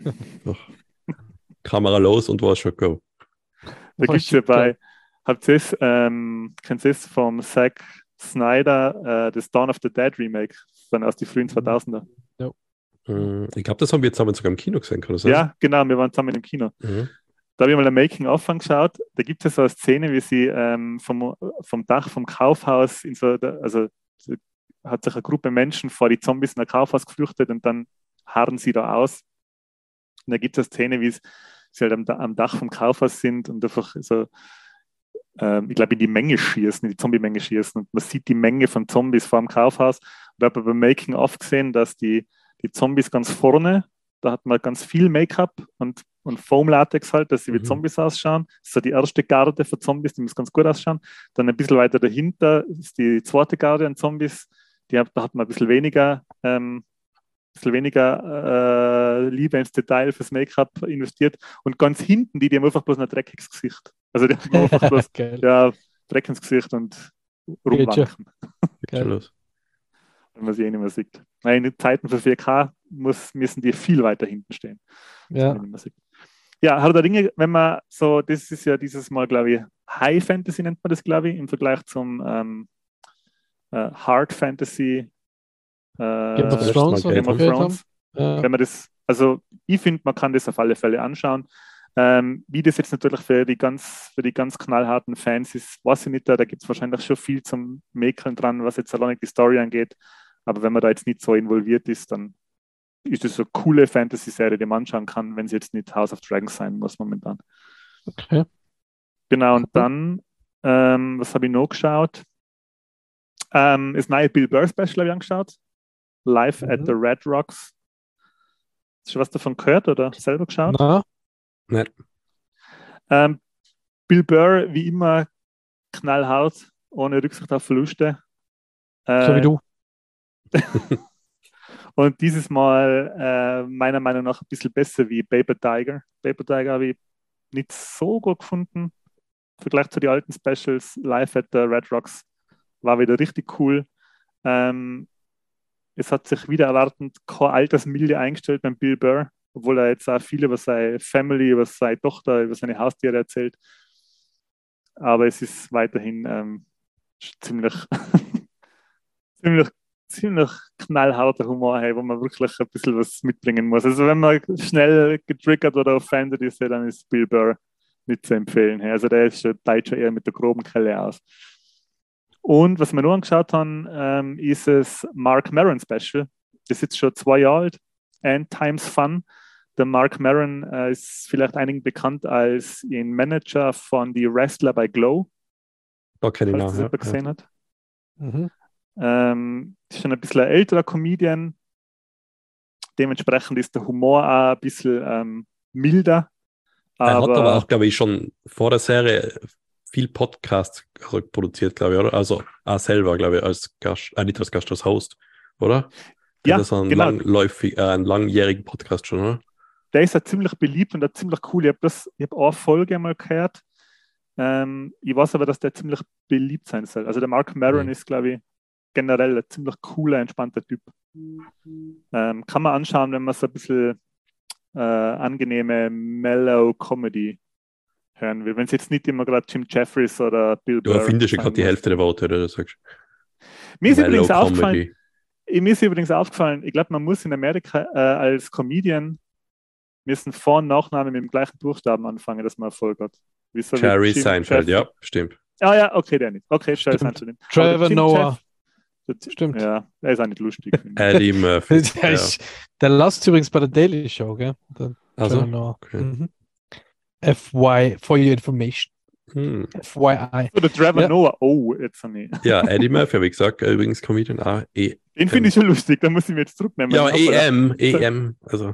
Kamera los und war schon go. Da gibt es ja habt ihr es, kennt ihr es vom Zack Snyder, das Dawn of the Dead Remake, dann aus den frühen 2000er? Ja. Ich glaube, das haben wir zusammen sogar im Kino gesehen, kann das sein? Ja, genau, wir waren zusammen im Kino. Da habe ich mal ein Making-of angeschaut. Da gibt es ja so eine Szene, wie sie vom Dach vom Kaufhaus hat sich eine Gruppe Menschen vor die Zombies in ein Kaufhaus geflüchtet und dann harren sie da aus. Und da gibt es eine Szene, wie sie halt am Dach vom Kaufhaus sind und einfach so, ich glaube, in die Menge schießen, in die Zombie-Menge schießen. Und man sieht die Menge von Zombies vor dem Kaufhaus. Und da habe ich beim Making-of gesehen, dass die Zombies ganz vorne, da hat man ganz viel Make-up und Foam-Latex halt, dass sie wie Zombies ausschauen. Das ist so die erste Garde für Zombies, die muss ganz gut ausschauen. Dann ein bisschen weiter dahinter ist die zweite Garde an Zombies. Da hat man ein bisschen weniger Liebe ins Detail fürs Make-up investiert. Und ganz hinten, die haben einfach bloß ein Dreck ins Gesicht. Also die haben einfach bloß Dreck ins Gesicht und rumwanken. Wenn man sie nicht mehr sieht. Nein, in Zeiten für 4K müssen die viel weiter hinten stehen. Ja. Ja, Herr der Ringe, wenn man so, das ist ja dieses Mal, glaube ich, High Fantasy nennt man das, glaube ich, im Vergleich zum Hard Fantasy Game of Thrones. Wenn man das, also ich finde, man kann das auf alle Fälle anschauen. Wie das jetzt natürlich für die ganz knallharten Fans ist, weiß ich nicht, da gibt es wahrscheinlich schon viel zum Mäkeln dran, was jetzt allein die Story angeht. Aber wenn man da jetzt nicht so involviert ist, dann ist das so eine coole Fantasy-Serie, die man anschauen kann, wenn sie jetzt nicht House of Dragons sein muss momentan. Okay. Genau, und dann, was habe ich noch geschaut? Das neue Bill Burr Special habe ich angeschaut. Live at the Red Rocks. Hast du schon was davon gehört oder selber geschaut? Nein. Bill Burr, wie immer, knallhart, ohne Rücksicht auf Verluste. So wie du. Und dieses Mal meiner Meinung nach ein bisschen besser wie Paper Tiger. Paper Tiger habe ich nicht so gut gefunden. Im Vergleich zu den alten Specials. Live at the Red Rocks war wieder richtig cool. Es hat sich wieder erwartend keine Altersmilde eingestellt beim Bill Burr, obwohl er jetzt auch viel über seine Family, über seine Tochter, über seine Haustiere erzählt. Aber es ist weiterhin ziemlich knallharter Humor, hey, wo man wirklich ein bisschen was mitbringen muss. Also wenn man schnell getriggert oder offended ist, dann ist Bill Burr nicht zu empfehlen. Hey. Also der teilt schon eher mit der groben Kelle aus. Und was wir noch angeschaut haben, ist das Mark Maron Special. Das ist jetzt schon 2 Jahre alt. End Times Fun. Der Mark Maron ist vielleicht einigen bekannt als ein Manager von die Wrestler bei Glow. Da kenne ich noch. Das jemand gesehen hat. Mhm. Ist schon ein bisschen ein älterer Comedian. Dementsprechend ist der Humor auch ein bisschen milder. Er hat aber auch, glaube ich, schon vor der Serie viel Podcasts produziert, glaube ich, oder? Also selber, glaube ich, als Gast, nicht als Gast, als Host, oder? Ja, das ist ein genau. einen langjährigen Podcast schon, oder? Der ist ja ziemlich beliebt und ziemlich cool. Ich habe eine Folge mal gehört. Ich weiß aber, dass der ziemlich beliebt sein soll. Also der Mark Maron ist, glaube ich, generell ein ziemlich cooler, entspannter Typ. Kann man anschauen, wenn man so ein bisschen angenehme Mellow Comedy hören will. Wenn es jetzt nicht immer gerade Jim Jeffries oder Bill Burr. Du erfindest ja gerade die Hälfte der Worte, oder du sagst. Mir ist übrigens aufgefallen, ich glaube, man muss in Amerika als Comedian müssen Vor- und Nachnamen mit dem gleichen Buchstaben anfangen, dass man Erfolg hat. Jerry Seinfeld, ja, stimmt. Ah ja, okay, der nicht. Okay, Jerry Seinfeld nicht. Trevor Noah. Stimmt. Ja, er ist auch nicht lustig. Eddie Murphy. Der lasst übrigens bei der Daily Show, gell? Also, Trevor Noah. okay. FY, for your information. FYI. Oder Trevor Noah. Oh, jetzt habe ich. Ja, Eddie Murphy, habe ich gesagt, übrigens Comedian. Den finde ich schon lustig, da muss ich mir jetzt zurücknehmen. Ja, EM, also.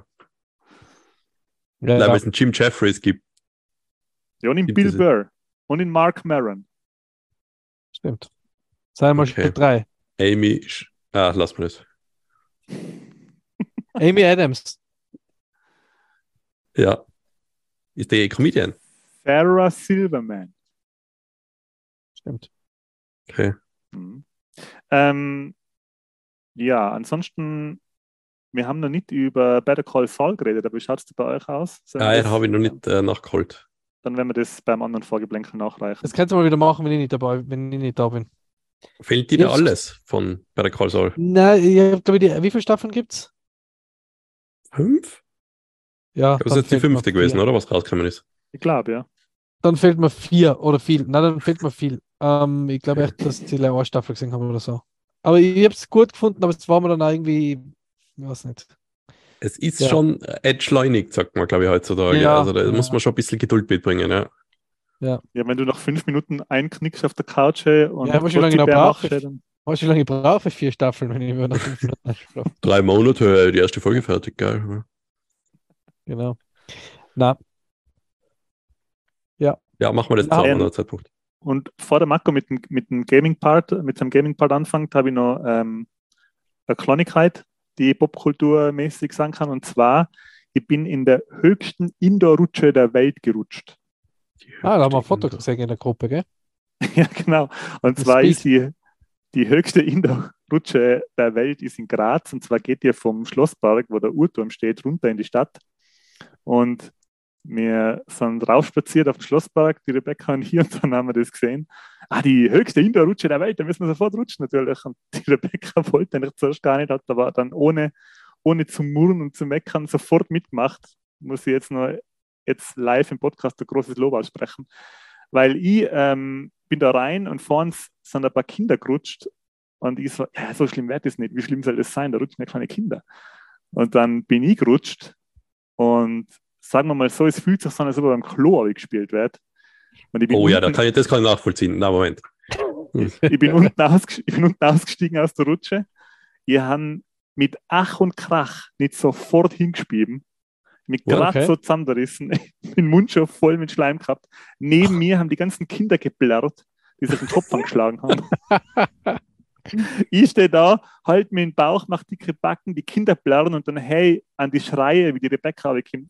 Weil es einen Jim Jeffries gibt. Ja, und in Bill Burr. Und in Mark Maron. Stimmt. Sei mal schon 3. Amy, lass mal das. Amy Adams. Ja. Ist der Comedian? Sarah Silverman. Stimmt. Okay. Ja, ansonsten, wir haben noch nicht über Better Call Saul geredet, aber wie schaut es bei euch aus? Sollen wir Ja, das, habe ich noch nicht nachgeholt. dann werden wir das beim anderen Vorgeblänkel nachreichen. Das kannst du mal wieder machen, wenn ich nicht da bin. Fehlt dir Ich da hab's- alles von Better Call Saul? Nein, ich glaube, wie viele Staffeln gibt's? 5? Ja, Ich glaube, es ist dann jetzt die fehlt mir 5. gewesen, 4. oder? Was rausgekommen ist. Ich glaube, ja. Dann fehlt mir 4 oder viel. Nein, dann fehlt mir viel. Ich glaube echt, dass die eine Staffel gesehen haben oder so. Aber ich habe es gut gefunden, aber es war mir dann auch irgendwie, ich weiß nicht. Es ist Ja. schon entschleunigt, sagt man, glaube ich, heutzutage. Ja, Also da ja. muss man schon ein bisschen Geduld mitbringen. Ja. Ja, wenn du nach 5 Minuten einknickst auf der Couch hey, und Ja, was ich lange noch Bär brauche. machst, hey, dann Weißt du, wie lange ich brauche für 4 Staffeln, wenn ich mir nach 5 Minuten einschlafe? 3 Monate, die erste Folge fertig, geil. Genau. Na, ja. Ja, machen wir das zu einem anderen Zeitpunkt. Und vor der Marco mit dem Gaming-Part, mit seinem Gaming-Part anfängt, habe ich noch eine Kleinigkeit, die ich popkulturmäßig sagen kann. Und zwar, ich bin in der höchsten Indoor-Rutsche der Welt gerutscht. Da haben wir ein Foto gesehen in der Gruppe, gell? Ja, genau. Und Das zwar Bild. ist die höchste Indoor-Rutsche der Welt ist in Graz. Und zwar geht ihr vom Schlossberg, wo der Uhrturm steht, runter in die Stadt. Und wir sind rausspaziert auf den Schlossberg, die Rebecca und ich, und dann haben wir das gesehen. Die höchste Indoor-Rutsche der Welt, da müssen wir sofort rutschen natürlich. Und die Rebecca wollte eigentlich zuerst gar nicht, hat aber dann ohne zu murren und zu meckern sofort mitgemacht. Muss ich jetzt live im Podcast ein großes Lob aussprechen. Weil ich bin da rein und vor uns sind ein paar Kinder gerutscht und ich so, ja, so schlimm wird das nicht. Wie schlimm soll das sein? Da rutschen ja kleine Kinder. Und dann bin ich gerutscht und sagen wir mal so, es fühlt sich so an, als ob beim Klo gespielt wird. Und ich bin Ja, das kann ich nachvollziehen. Na, Moment. ich bin unten ausgestiegen aus der Rutsche. Ich habe mit Ach und Krach nicht sofort hingespieben. Mich gerade so zusammengerissen, den Mund schon voll mit Schleim gehabt. Neben mir haben die ganzen Kinder geplärrt, die sich den Kopf angeschlagen haben. Ich stehe da, halt mir den Bauch, mach dicke Backen, die Kinder plärren und dann hey, an die Schreie, wie die Rebecca kommt.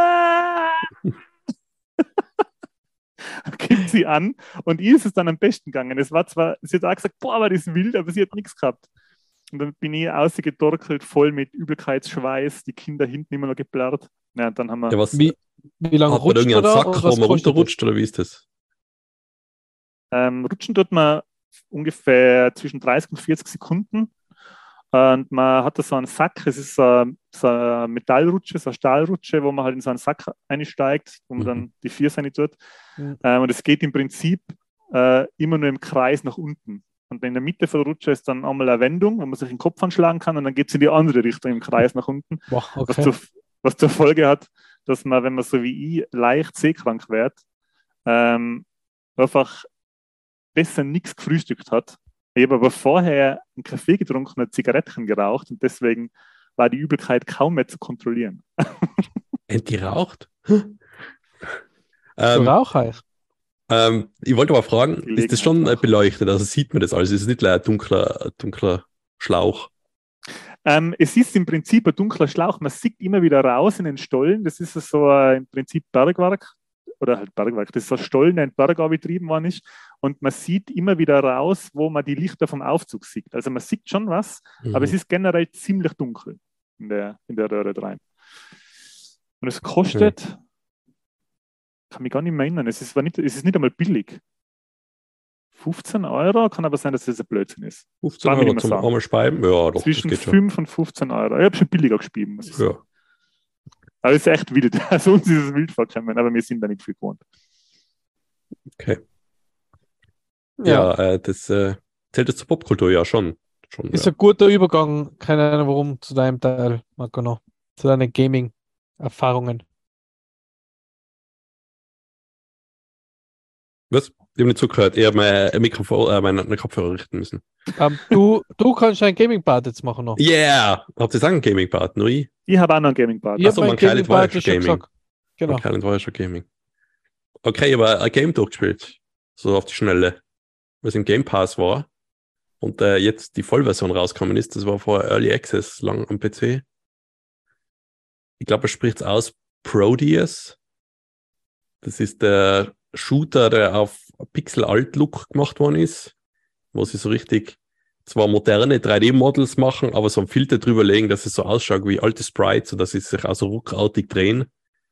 Gibt sie an und ihr ist es dann am besten gegangen. Sie hat auch gesagt, boah, war das wild, aber sie hat nichts gehabt. Und dann bin ich ausgedorkelt, voll mit Übelkeitsschweiß, die Kinder hinten immer noch geplärrt. Ja, dann haben wir. Ja, wie lange rutscht man da? Sack, wo man runterrutscht, oder wie ist das? Rutschen tut man ungefähr zwischen 30 und 40 Sekunden. Und man hat da so einen Sack, es ist so eine Metallrutsche, so eine Stahlrutsche, wo man halt in so einen Sack einsteigt, wo man dann die Füße rein tut. Und es geht im Prinzip immer nur im Kreis nach unten. Und in der Mitte von der Rutsche ist dann einmal eine Wendung, wo man sich den Kopf anschlagen kann und dann geht es in die andere Richtung im Kreis nach unten. Boah, okay. Was zur Folge hat, dass man, wenn man so wie ich leicht seekrank wird, einfach besser nichts gefrühstückt hat. Ich habe aber vorher einen Kaffee getrunken und Zigaretten geraucht und deswegen war die Übelkeit kaum mehr zu kontrollieren. Die raucht? Du rauchst? Ich wollte aber fragen, ist das schon beleuchtet? Also sieht man das alles? Ist es nicht ein dunkler Schlauch? Es ist im Prinzip ein dunkler Schlauch. Man sieht immer wieder raus in den Stollen. Das ist so im Prinzip Bergwerk. Oder halt Bergwerk. Das ist ein Stollen, der in Bergau betrieben worden ist. Und man sieht immer wieder raus, wo man die Lichter vom Aufzug sieht. Also man sieht schon was, aber es ist generell ziemlich dunkel in der Röhre rein. Und es kostet, kann mich gar nicht mehr erinnern, es ist nicht einmal billig. 15 Euro, kann aber sein, dass das ein Blödsinn ist. 15 Euro zum einmal speiben? Ja, doch, zwischen das geht 5 und 15 Euro. Ich habe schon billiger gespielt, muss ich sagen. Ja. Aber es ist echt wild. Also uns ist es wild vorgekommen, aber wir sind da nicht viel gewohnt. Okay. Ja, das zählt jetzt zur Popkultur ja schon. Ist ein guter Übergang, keine Ahnung warum, zu deinem Teil, Marco, noch. Zu deinen Gaming-Erfahrungen. Was? Ich habe nicht zugehört. Ich habe meine Kopfhörer richten müssen. Du kannst einen Gaming-Part jetzt machen noch. Yeah! Habt ihr gesagt, einen Gaming-Part? Nur ich? Ich habe auch noch einen Gaming-Part. Ich habe meinen Gaming-Part schon gesagt. Genau. Mein war ja schon Gaming. Okay, aber ein Game durchgespielt. So auf die Schnelle. Was im Game Pass war. Und jetzt die Vollversion rausgekommen ist. Das war vorher Early Access lang am PC. Ich glaube, er spricht es aus. Proteus. Das ist der Shooter, der auf Pixel-Alt-Look gemacht worden ist, wo sie so richtig zwar moderne 3D-Models machen, aber so einen Filter drüber legen, dass es so ausschaut wie alte Sprites und dass sie sich auch so ruckartig drehen.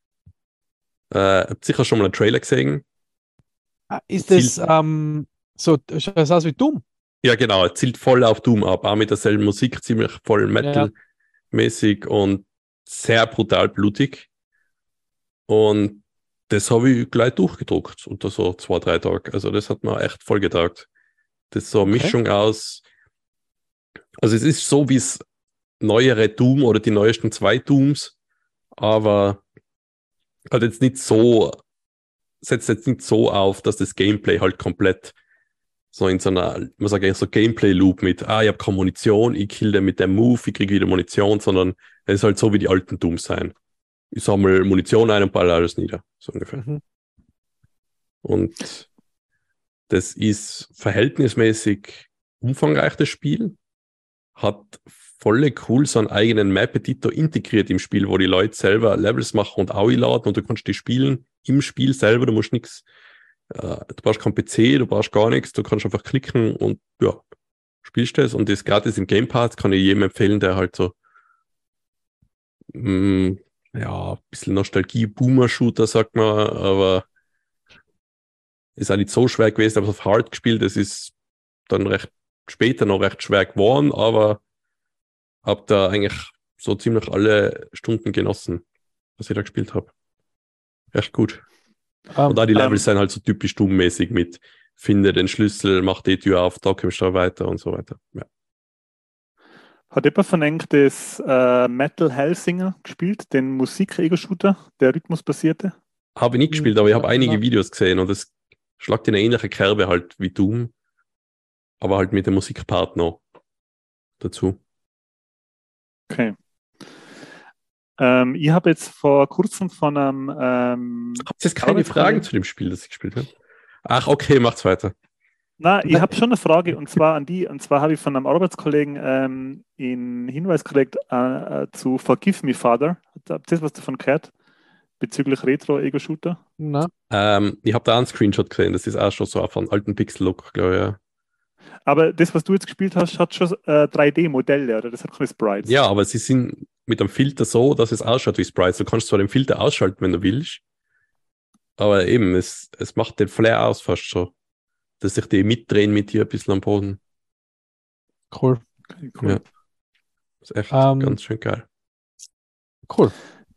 Habt sicher schon mal einen Trailer gesehen. Ist das so, schaut das aus wie Doom? Ja, genau, er zielt voll auf Doom ab, auch mit derselben Musik, ziemlich voll Metal-mäßig und sehr brutal blutig. Und das habe ich gleich durchgedruckt unter so 2-3 Tagen. Also das hat mir echt voll getaugt. Das ist so eine Mischung aus, also es ist so wie es neuere Doom oder die neuesten 2 Dooms, aber halt jetzt nicht so, setzt jetzt nicht so auf, dass das Gameplay halt komplett so in so einer, man sagt ja so Gameplay-Loop mit, ich habe keine Munition, ich kill den mit dem Move, ich kriege wieder Munition, sondern es ist halt so wie die alten Dooms sein. Ich sammle Munition ein und baller alles nieder, so ungefähr. Mhm. Und das ist verhältnismäßig umfangreich, das Spiel. Hat voll cool so einen eigenen Map-Editor integriert im Spiel, wo die Leute selber Levels machen und AUI laden und du kannst die spielen im Spiel selber, du musst nichts, du brauchst keinen PC, du brauchst gar nichts, du kannst einfach klicken und ja, spielst das und das gratis im Game Pass, kann ich jedem empfehlen, der halt so ein bisschen Nostalgie-Boomer-Shooter, sagt man, aber ist auch nicht so schwer gewesen, aber auf Hard gespielt, das ist dann später noch recht schwer geworden, aber habe da eigentlich so ziemlich alle Stunden genossen, was ich da gespielt habe. Echt gut. Und auch die Levels sind halt so typisch Doom-mäßig mit finde den Schlüssel, mach die Tür auf, da kommst du weiter und so weiter. Ja. Hat jemand von euch das Metal Hellsinger gespielt, den Musik-Ego-Shooter, der rhythmusbasierte? Habe ich nicht gespielt, aber ich habe einige Videos gesehen und es schlagt in eine ähnliche Kerbe halt wie Doom, aber halt mit dem Musikpart noch dazu. Okay. Ich habe jetzt vor kurzem von einem Habt ihr jetzt keine Fragen zu dem Spiel, das ich gespielt habe? Ach, okay, macht's weiter. Na, ich habe schon eine Frage und zwar an die, und zwar habe ich von einem Arbeitskollegen einen Hinweis gekriegt zu Forgive Me Father. Habt ihr was davon gehört? Bezüglich Retro-Ego-Shooter? Na, Ich habe da einen Screenshot gesehen, das ist auch schon so auf einen alten Pixel-Look, glaube ich, ja. Aber das, was du jetzt gespielt hast, hat schon 3D-Modelle, oder? Das hat keine Sprites. Ja, aber sie sind mit dem Filter so, dass es ausschaut wie Sprites. Du kannst zwar den Filter ausschalten, wenn du willst, aber eben, es macht den Flair aus fast so, dass sich die mitdrehen mit dir ein bisschen am Boden. cool. Okay, cool. Ja. Das ist echt ganz schön geil. Cool.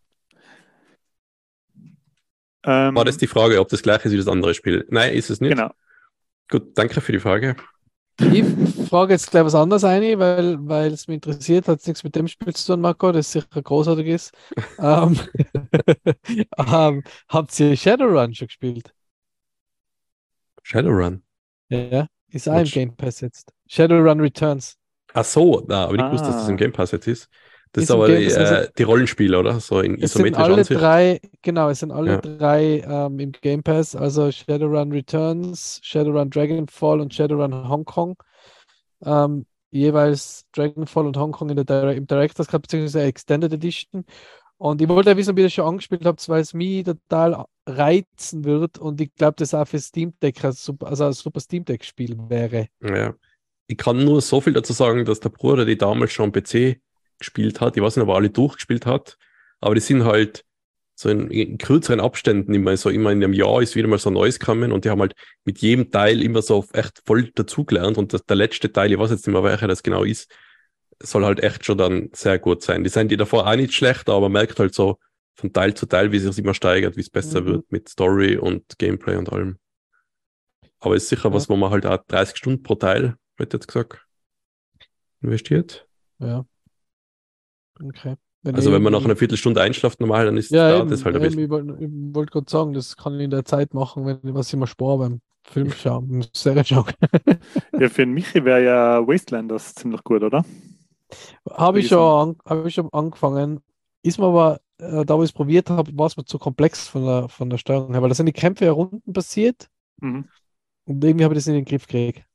War das die Frage, ob das gleiche ist wie das andere Spiel? Nein, ist es nicht. Genau. Gut, danke für die Frage. Ich frage jetzt gleich was anderes ein, weil es mich interessiert, hat nichts mit dem Spiel zu tun, Marco, das sicher großartig ist. Habt ihr Shadowrun schon gespielt? Shadowrun? Ja, ist auch im Game Pass jetzt. Shadowrun Returns. Ach so, na, aber ich wusste, dass das im Game Pass jetzt ist. Das Ist ist im aber Game Pass, also die Rollenspiele, oder? So in es sind isometrischer alle Ansicht. drei, genau, es sind alle Ja. drei im Game Pass, also Shadowrun Returns, Shadowrun Dragonfall und Shadowrun Hong Kong. Jeweils Dragonfall und Hong Kong im Director's Cut bzw. Extended Edition. Und ich wollte ja wissen, ob ihr das schon angespielt habt, weil es mich total reizen wird und ich glaube, das auch für Steam Deck ein super Steam Deck-Spiel wäre. Ja. Ich kann nur so viel dazu sagen, dass der Bruder die damals schon am PC gespielt hat. Ich weiß nicht, ob er alle durchgespielt hat, aber die sind halt so in kürzeren Abständen immer in einem Jahr ist wieder mal so Neues gekommen und die haben halt mit jedem Teil immer so echt voll dazugelernt und der letzte Teil, ich weiß jetzt nicht mehr, welcher das genau ist, soll halt echt schon dann sehr gut sein. Die sind die davor auch nicht schlecht, aber man merkt halt so von Teil zu Teil, wie sich immer steigert, wie es besser wird mit Story und Gameplay und allem. Aber ist sicher was, wo man halt auch 30 Stunden pro Teil, wird jetzt gesagt, investiert. Ja. Okay. Wenn man nach einer Viertelstunde einschlaft normal, dann dauert das halt ein bisschen. Ich wollte gerade sagen, das kann ich in der Zeit machen, was ich mal spare beim Film schauen, beim Serie schauen. Ja, für den Michi wäre ja Wastelanders ziemlich gut, oder? Habe ich schon angefangen. Ist mir aber, da wo ich es probiert habe, war es mir zu komplex von der Steuerung her, weil da sind die Kämpfe ja rundenbasiert und irgendwie habe ich das in den Griff gekriegt.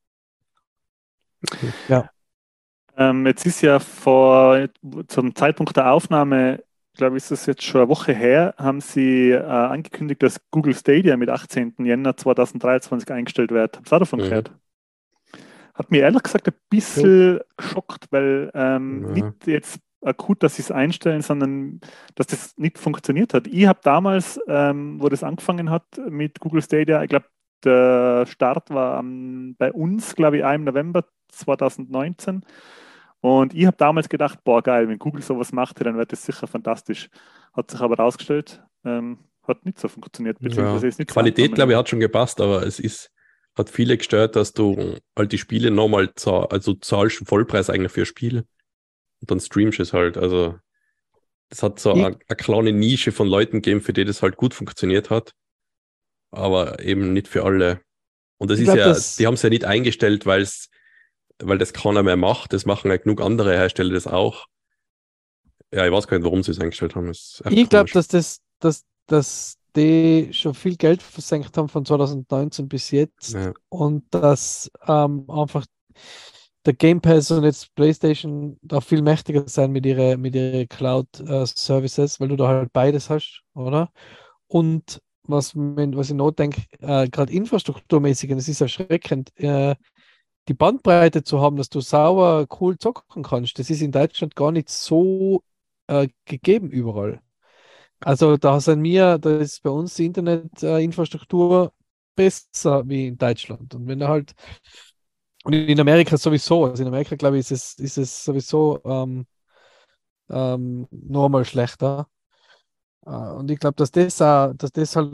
Ja. Jetzt ist ja zum Zeitpunkt der Aufnahme, glaube ich, ist das jetzt schon eine Woche her, haben sie angekündigt, dass Google Stadia mit 18. Jänner 2023 eingestellt wird. Habt ihr davon gehört? Hat mir ehrlich gesagt ein bisschen geschockt, weil nicht jetzt akut, dass sie es einstellen, sondern dass das nicht funktioniert hat. Ich habe damals, wo das angefangen hat mit Google Stadia, ich glaube, der Start war bei uns, glaube ich, auch im November 2019. Und ich habe damals gedacht, boah, geil, wenn Google sowas macht, dann wird das sicher fantastisch. Hat sich aber herausgestellt, hat nicht so funktioniert, beziehungsweise ist nicht Qualität, so glaube ich, hat schon gepasst, aber hat viele gestört, dass du halt die Spiele nochmal also zahlst einen Vollpreis eigentlich für ein Spiel und dann streamst es halt. Also das hat so eine kleine Nische von Leuten gegeben, für die das halt gut funktioniert hat, aber eben nicht für alle. Und das ist ja, die haben es ja nicht eingestellt, weil das keiner mehr macht. Das machen ja genug andere Hersteller das auch. Ja, ich weiß gar nicht, warum sie es eingestellt haben. Ich glaube, dass die schon viel Geld versenkt haben von 2019 bis jetzt und dass einfach der Game Pass und jetzt PlayStation da viel mächtiger sein mit ihren Cloud-Services, weil du da halt beides hast, oder? Und was ich noch denke, gerade infrastrukturmäßig, und es ist erschreckend, die Bandbreite zu haben, dass du sauber cool zocken kannst, das ist in Deutschland gar nicht so gegeben überall. Also da ist bei uns die Internetinfrastruktur besser wie in Deutschland. Und wenn er halt, und in Amerika sowieso, also in Amerika glaube ich, ist es sowieso normal schlechter. Und ich glaube, dass das halt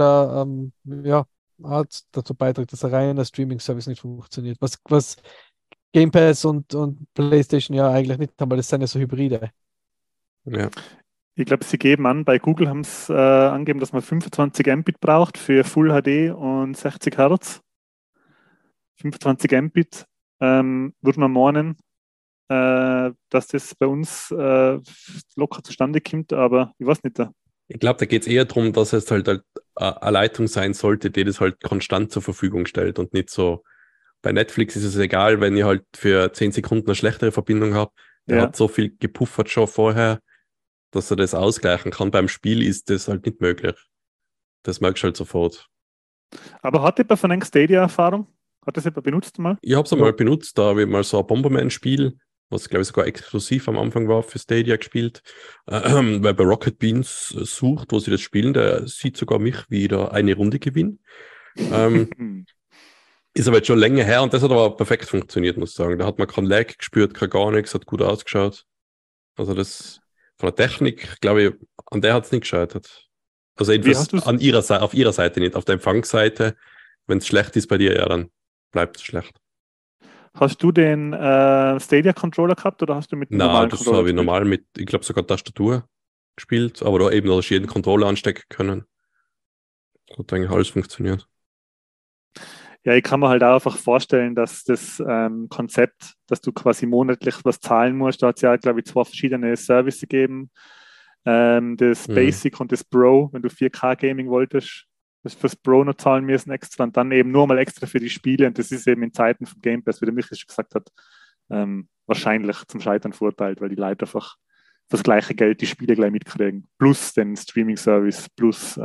dazu beiträgt, dass ein reiner Streaming-Service nicht funktioniert. Was Game Pass und PlayStation ja eigentlich nicht haben, weil das sind ja so Hybride. Ja. Ich glaube, sie geben an, bei Google haben es angegeben, dass man 25 Mbit braucht für Full HD und 60 Hertz. 25 Mbit würde man meinen, dass das bei uns locker zustande kommt, aber ich weiß nicht. Ich glaube, da geht es eher darum, dass es halt eine Leitung sein sollte, die das halt konstant zur Verfügung stellt und nicht so. Bei Netflix ist es egal, wenn ich halt für 10 Sekunden eine schlechtere Verbindung habe. Der hat so viel gepuffert schon vorher, dass er das ausgleichen kann. Beim Spiel ist das halt nicht möglich. Das merkst du halt sofort. Aber hat jemand von einer Stadia-Erfahrung? Hat das jemand benutzt mal? Ich habe es einmal benutzt, da habe ich mal so ein Bomberman-Spiel, was glaube ich sogar exklusiv am Anfang war, für Stadia gespielt. Wer bei Rocket Beans sucht, wo sie das spielen, der sieht sogar mich wieder eine Runde gewinnen. Ist aber jetzt schon länger her und das hat aber perfekt funktioniert, muss ich sagen. Da hat man keinen Lag gespürt, kein gar nichts, hat gut ausgeschaut. Also das von der Technik, glaube ich, an der hat es nicht gescheitert. Also jedenfalls auf ihrer Seite nicht, auf der Empfangsseite. Wenn es schlecht ist bei dir, ja, dann bleibt es schlecht. Hast du den Stadia-Controller gehabt oder hast du mit dem normalen Controller? Nein, das habe ich normal mit, ich glaube sogar Tastatur gespielt, aber da eben, da hast du jeden Controller anstecken können. Hat eigentlich alles funktioniert. Ja, ich kann mir halt auch einfach vorstellen, dass das Konzept, dass du quasi monatlich was zahlen musst, da hat es ja, glaube ich, 2 verschiedene Services gegeben. Das Basic und das Pro, wenn du 4K-Gaming wolltest, das fürs Pro noch zahlen müssen extra und dann eben nur mal extra für die Spiele und das ist eben in Zeiten von Game Pass, wie der Michael schon gesagt hat, wahrscheinlich zum Scheitern verurteilt, weil die Leute einfach für das gleiche Geld die Spiele gleich mitkriegen. Plus den Streaming-Service, plus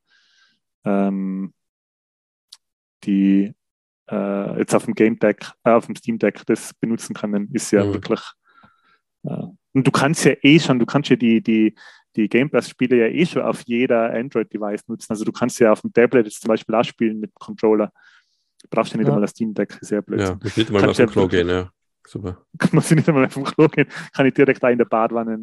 die jetzt auf dem Game Deck, auf dem Steam Deck das benutzen können, ist ja wirklich. Und du kannst ja die Game Pass-Spiele ja eh schon auf jeder Android-Device nutzen. Also du kannst ja auf dem Tablet jetzt zum Beispiel auch spielen mit Controller. Du brauchst ja nicht einmal das Steam Deck, sehr blöd. Ja, muss nicht einmal auf dem Klo gehen, ja. Super. Muss ich nicht einmal auf dem Klo gehen, kann ich direkt da in der Badwanne.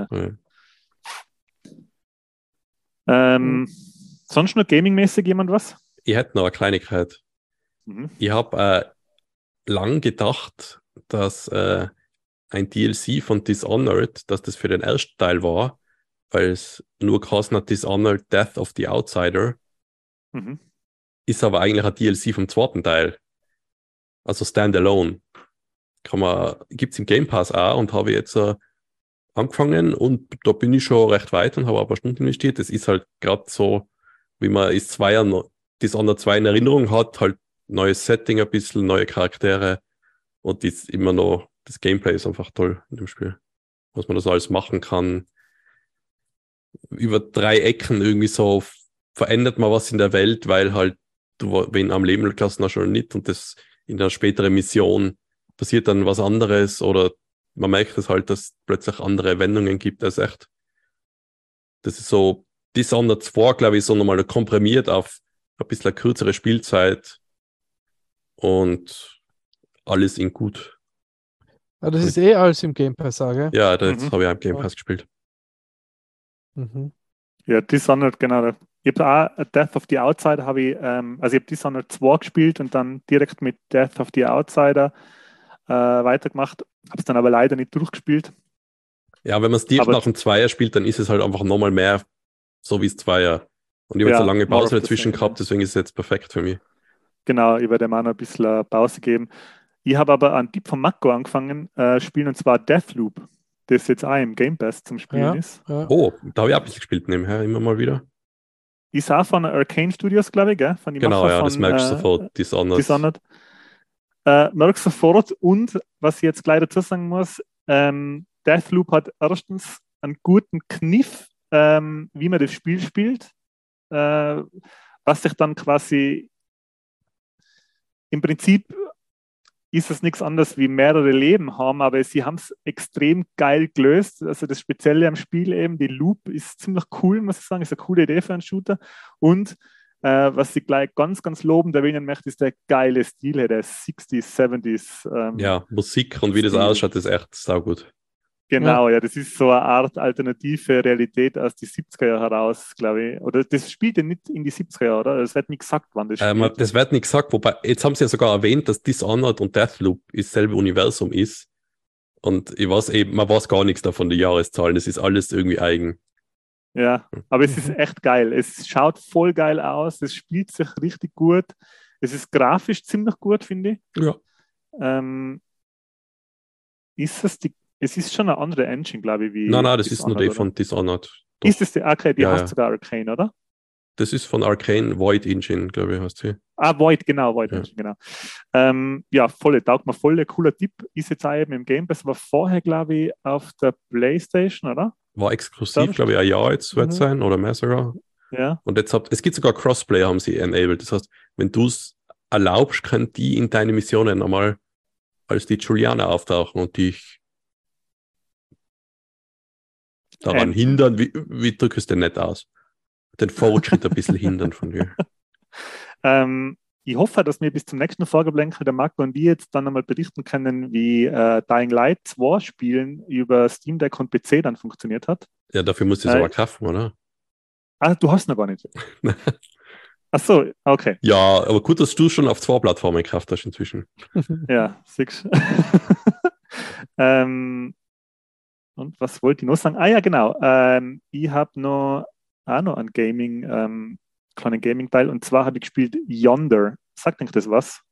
Sonst nur gaming-mäßig jemand was? Ich hätte noch eine Kleinigkeit. Ich habe lang gedacht, dass ein DLC von Dishonored, dass das für den ersten Teil war, weil es nur geheißen hat Dishonored Death of the Outsider. Ist aber eigentlich ein DLC vom zweiten Teil. Also Standalone. Gibt es im Game Pass auch und habe jetzt angefangen und da bin ich schon recht weit und habe ein paar Stunden investiert. Das ist halt gerade so, wie man Dishonored 2 in Erinnerung hat, halt neues Setting ein bisschen, neue Charaktere und ist immer noch, das Gameplay ist einfach toll in dem Spiel. Was man da so alles machen kann. Über 3 Ecken irgendwie so verändert man was in der Welt, weil halt du wen am Leben gelassen hast oder nicht und das in einer späteren Mission passiert dann was anderes oder man merkt es halt, dass es plötzlich andere Wendungen gibt. Das ist echt, das ist so Dishonored 2, glaube ich, so nochmal komprimiert auf ein bisschen eine kürzere Spielzeit und alles in gut. Aber das ist eh alles im Game Pass, sage. Ja, das Mhm. habe ich auch im Game Pass gespielt. Mhm. Ja, Dishonored, genau. Ich habe auch Death of the Outsider, also ich habe Dishonored 2 gespielt und dann direkt mit Death of the Outsider weitergemacht. Habe es dann aber leider nicht durchgespielt. Ja, wenn man es direkt Aber- nach dem Zweier spielt, dann ist es halt einfach nochmal mehr so wie es Zweier. Und ich habe jetzt Ja, eine lange more Pause of the dazwischen same, gehabt, deswegen ist es jetzt perfekt für mich. Genau, ich werde dem auch noch ein bisschen Pause geben. Ich habe aber einen Tipp von Mako angefangen, spielen, und zwar Deathloop, das jetzt auch im Game Pass zum Spielen Ja, ist. ja. Oh, da habe ich auch ein bisschen gespielt nebenher, immer mal wieder. Ist auch von Arcane Studios, glaube ich, gell? Von den Genau, Macher ja, das von merkst du sofort, Dishonored. Dishonored. Merkst sofort, und was ich jetzt gleich dazu sagen muss, Deathloop hat erstens einen guten Kniff, wie man das Spiel spielt, was sich dann quasi im Prinzip ist es nichts anderes wie mehrere Leben haben, aber sie haben es extrem geil gelöst. Also das Spezielle am Spiel eben, die Loop ist ziemlich cool, muss ich sagen, ist eine coole Idee für einen Shooter. Und was ich gleich ganz, ganz lobend erwähnen möchte, ist der geile Stil, der 60s, 70s. Ja, Musik und wie das Stil. ausschaut, ist echt saugut. Genau, ja, das ist so eine Art alternative Realität aus die 70er Jahre heraus, glaube ich. Oder das spielt ja nicht in die 70er Jahre, oder? Es wird nicht gesagt, wann das spielt. Das wird nicht gesagt, wobei, jetzt haben sie ja sogar erwähnt, dass Dishonored und Deathloop dasselbe Universum ist. Und ich weiß eben, man weiß gar nichts davon, die Jahreszahlen. Das ist alles irgendwie eigen. Ja, aber es ist echt geil. Es schaut voll geil aus, es spielt sich richtig gut. Es ist grafisch ziemlich gut, finde ich. Ja. Es ist schon eine andere Engine, glaube ich, wie Nein, das ist nur Dishonored, die oder? von Dishonored. Doch. Ist es die? Okay, die Ja, heißt ja. sogar Arcane, oder? Das ist von Arcane Void Engine, glaube ich, heißt sie. Void, genau, Void Ja. Engine, genau. Ja, taugt mir voll, cooler Tipp. Ist jetzt auch eben im Game Pass, war vorher, glaube ich, auf der PlayStation, oder? War exklusiv, glaube ich, ein Jahr jetzt wird sein oder mehr sogar. Ja. Und jetzt es gibt sogar Crossplay, haben sie enabled. Das heißt, wenn du es erlaubst, können die in deine Missionen nochmal als die Juliana auftauchen und dich daran hindern, wie drückst du es denn nicht aus? Den Fortschritt ein bisschen hindern von dir. Ich hoffe, dass wir bis zum nächsten Vorgeblänkel der Marco und ich jetzt dann einmal berichten können, wie Dying Light 2 Spielen über Steam Deck und PC dann funktioniert hat. Ja, dafür musst du es aber kaufen, oder? Du hast noch gar nicht. Ach so, okay. Ja, aber gut, dass du schon auf 2 Plattformen gekauft hast inzwischen. Ja, siehst und was wollte ich noch sagen? Ja, genau. Ich habe auch noch einen kleinen Gaming-Teil, und zwar habe ich gespielt Yonder. Sagt euch das was?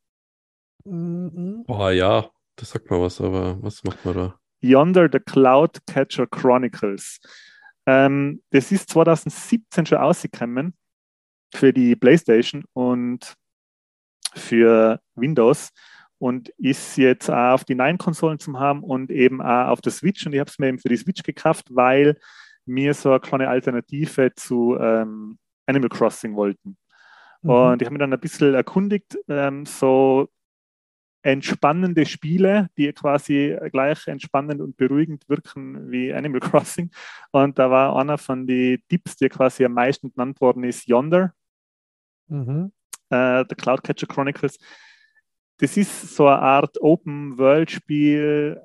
Oh ja, das sagt mal was, aber was macht man da? Yonder, The Cloud Catcher Chronicles. Das ist 2017 schon rausgekommen für die PlayStation und für Windows und ist jetzt auch auf die neuen Konsolen zu haben und eben auch auf der Switch. Und ich habe es mir eben für die Switch gekauft, weil wir so eine kleine Alternative zu Animal Crossing wollten. Und ich habe mich dann ein bisschen erkundigt, so entspannende Spiele, die quasi gleich entspannend und beruhigend wirken wie Animal Crossing. Und da war einer von den Tipps, der quasi am meisten genannt worden ist, Yonder, The Cloud Catcher Chronicles. Das ist so eine Art Open-World-Spiel,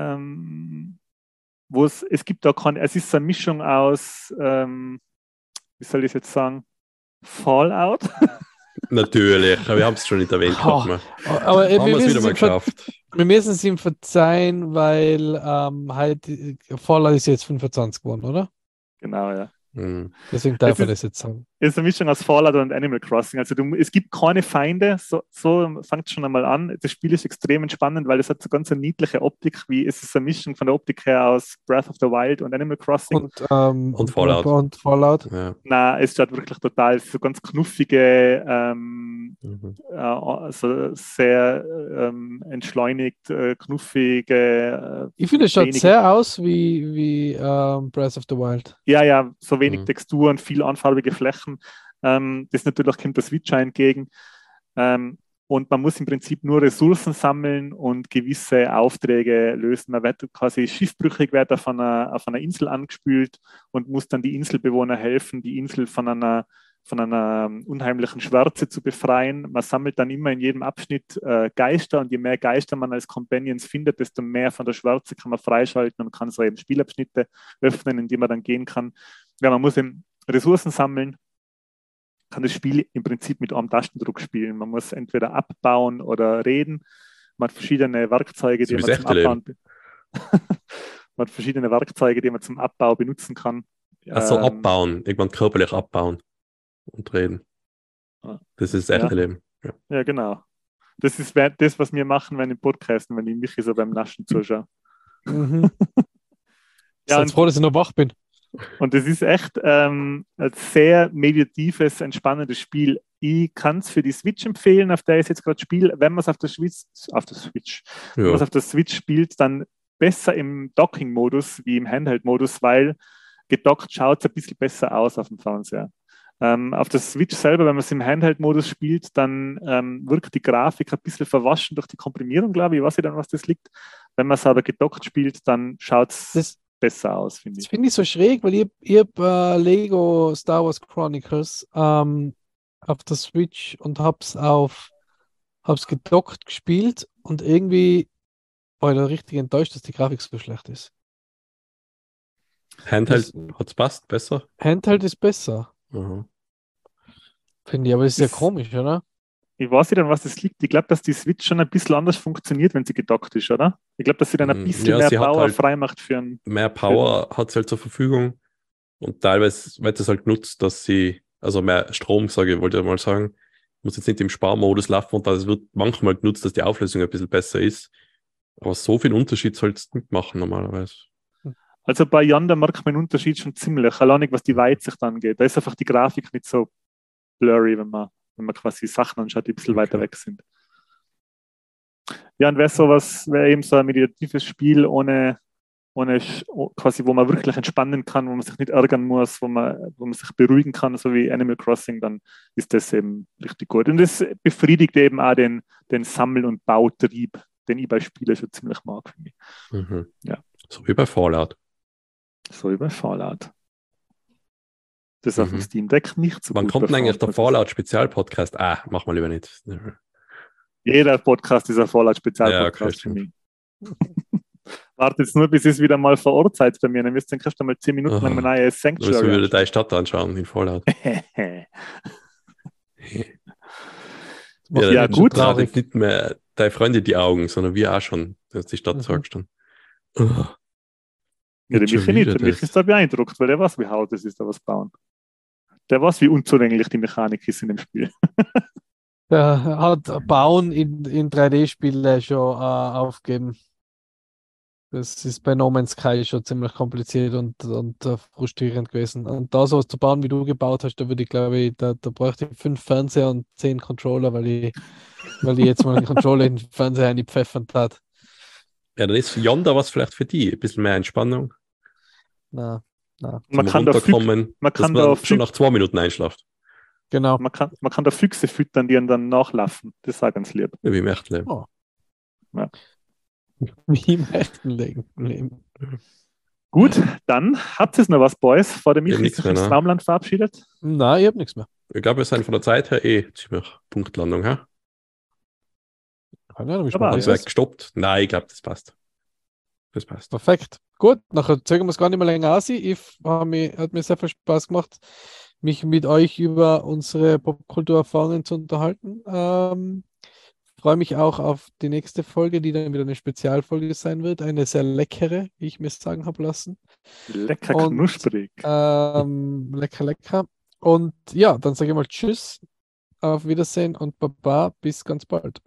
wo es gibt da keine, es ist so eine Mischung aus, wie soll ich es jetzt sagen, Fallout. Natürlich, aber wir haben es schon nicht erwähnt. Aber haben wir es wieder mal geschafft. Wir müssen es ihm verzeihen, weil Fallout ist jetzt 25 geworden, oder? Genau, ja. Deswegen darf er das jetzt sagen. Es ist eine Mischung aus Fallout und Animal Crossing. Also es gibt keine Feinde, so fängt es schon einmal an. Das Spiel ist extrem entspannend, weil es hat so ganz eine niedliche Optik, es ist eine Mischung von der Optik her aus Breath of the Wild und Animal Crossing. Und Fallout. Und Fallout. Ja. Nein, es schaut wirklich total so ganz knuffige, also sehr entschleunigt, knuffige. Ich finde, es schaut sehr aus wie Breath of the Wild. Ja, so wenig Texturen, viel anfarbige Flächen. Das natürlich kommt der Switch entgegen. und man muss im Prinzip nur Ressourcen sammeln und gewisse Aufträge lösen. Man wird quasi schiffbrüchig, wird auf einer Insel angespült und muss dann die Inselbewohner helfen, die Insel von einer unheimlichen Schwärze zu befreien. Man sammelt dann immer in jedem Abschnitt Geister und je mehr Geister man als Companions findet, desto mehr von der Schwärze kann man freischalten und kann so eben Spielabschnitte öffnen, in die man dann gehen kann. Ja, man muss eben Ressourcen sammeln, kann das Spiel im Prinzip mit einem Tastendruck spielen. Man muss entweder abbauen oder reden. Man hat verschiedene Werkzeuge, die man zum Abbauen man hat verschiedene Werkzeuge, die man zum Abbau benutzen kann. Also abbauen, irgendwann körperlich abbauen und reden. Das ist das echte Leben. Ja, genau. Das ist das, was wir machen, wenn im Podcasten, wenn ich mich so beim Naschen zuschaue. Mhm. Ich bin froh, dass ich noch wach bin. Und das ist echt ein sehr meditatives, entspannendes Spiel. Ich kann es für die Switch empfehlen, auf der ich jetzt gerade spiele. Wenn man es auf der Switch spielt, dann besser im Docking-Modus wie im Handheld-Modus, weil gedockt schaut es ein bisschen besser aus auf dem Fernseher. Auf der Switch selber, wenn man es im Handheld-Modus spielt, dann wirkt die Grafik ein bisschen verwaschen durch die Komprimierung, glaube ich. Ich weiß nicht, an was das liegt. Wenn man es aber gedockt spielt, dann schaut es besser aus, finde ich. Das finde ich so schräg, weil ich habe Lego Star Wars Chronicles auf der Switch und hab's gedockt gespielt und irgendwie war ich da richtig enttäuscht, dass die Grafik so schlecht ist. Handheld hat's passt, besser? Handheld ist besser. Mhm. Finde ich, aber das ist ja komisch, oder? Ich weiß nicht, an was das liegt. Ich glaube, dass die Switch schon ein bisschen anders funktioniert, wenn sie gedockt ist, oder? Ich glaube, dass sie dann ein bisschen mehr Power halt freimacht für einen. Mehr Power hat sie halt zur Verfügung und teilweise wird es halt genutzt, dass sie, also mehr Strom, wollte ich mal sagen, muss jetzt nicht im Sparmodus laufen und das wird manchmal genutzt, dass die Auflösung ein bisschen besser ist. Aber so viel Unterschied sollst du nicht machen normalerweise. Also bei Yonder merkt man den Unterschied schon ziemlich, allein was die Weitsicht angeht. Da ist einfach die Grafik nicht so blurry, wenn man quasi Sachen anschaut, die ein bisschen weiter weg sind. Ja, und wäre eben so ein meditatives Spiel ohne quasi, wo man wirklich entspannen kann, wo man sich nicht ärgern muss, wo man sich beruhigen kann, so wie Animal Crossing, dann ist das eben richtig gut. Und das befriedigt eben auch den Sammel- und Bautrieb, den ich bei Spielen schon ziemlich mag, finde ich. Mhm. Ja. So wie bei Fallout. Das auf dem Steam Deck nicht so Wann gut. kommt denn eigentlich der Fallout-Spezial-Podcast? Machen wir lieber nicht. Jeder Podcast ist ein Fallout-Spezial-Podcast für mich. Wartet jetzt nur, bis ihr es wieder mal vor Ort seid bei mir. Dann wirst du dann mal 10 Minuten lang mein neues Sanctuary anschauen. Wir deine Stadt anschauen in Fallout. Ja, gut. Traurig. Nicht mehr deine Freunde die Augen, sondern wir auch schon, dass die Stadt sagst dann. Ja, der Michi nicht. Der Michi ist da beeindruckt, weil der weiß, wie hart es ist, da was bauen. Der weiß, wie unzugänglich die Mechanik ist in dem Spiel. Der hat Bauen in 3D-Spiele schon aufgeben. Das ist bei No Man's Sky schon ziemlich kompliziert und frustrierend gewesen. Und da sowas zu bauen, wie du gebaut hast, da würde ich, glaube ich, da bräuchte ich 5 Fernseher und 10 Controller, weil ich jetzt mal einen Controller in den Fernseher einpfeffern tat. Ja, dann ist Yonder was vielleicht für die. Ein bisschen mehr Entspannung. Na. Man kann da schon nach 2 Minuten einschlaft. Genau. Man kann da Füchse füttern, die dann nachlaufen. Das ist auch ganz lieb. Ja, wie im echten Leben. Oh. Ja. Wie im echten Leben. Gut, dann habt ihr noch was, Boys, vor dem ich sich ins Traumland verabschiedet? Nein, ich habe nichts mehr. Ich glaube, wir sind von der Zeit her ziemlich Punktlandung, ha? Keine Ahnung, wie aber ist gestoppt? Nein, ich glaube, das passt. Das passt. Perfekt. Gut, nachher zeigen wir es gar nicht mehr länger aus. Hat mir sehr viel Spaß gemacht, mich mit euch über unsere Popkulturerfahrungen zu unterhalten. Freue mich auch auf die nächste Folge, die dann wieder eine Spezialfolge sein wird. Eine sehr leckere, wie ich mir sagen habe lassen. Lecker knusprig. Lecker. Und ja, dann sage ich mal Tschüss, auf Wiedersehen und Baba, bis ganz bald.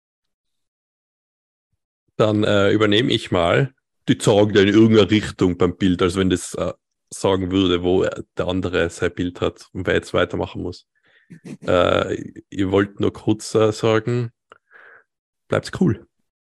Dann übernehme ich mal. Die zeigen in irgendeine Richtung beim Bild, als wenn das sagen würde, wo der andere sein Bild hat und wer jetzt weitermachen muss. Ihr wollt nur kurz sagen, bleibt's cool.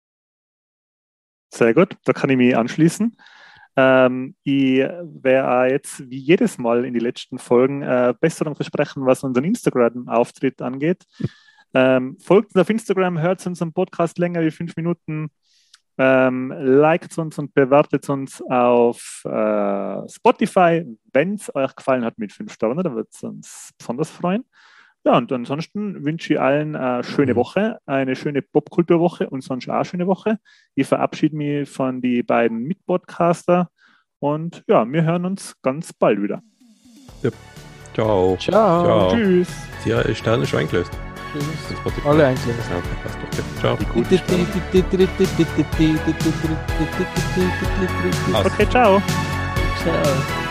Sehr gut, da kann ich mich anschließen. Ich werde jetzt wie jedes Mal in die letzten Folgen Besserung versprechen, was unseren Instagram-Auftritt angeht. Folgt uns auf Instagram, hört unseren Podcast länger wie 5 Minuten, liked uns und bewertet uns auf Spotify. Wenn es euch gefallen hat mit 5 Sternen, dann wird es uns besonders freuen. Ja, und ansonsten wünsche ich allen eine schöne Woche, eine schöne Popkulturwoche und sonst auch eine schöne Woche. Ich verabschiede mich von den beiden Mitpodcaster und ja, wir hören uns ganz bald wieder. Ja. Ciao. Ciao. Tschüss. Ja, Sterne schon eingelöst. Tschüss. Alle eingelöst. Ja, okay, passt. Okay. Ciao. Okay, ciao. Ciao.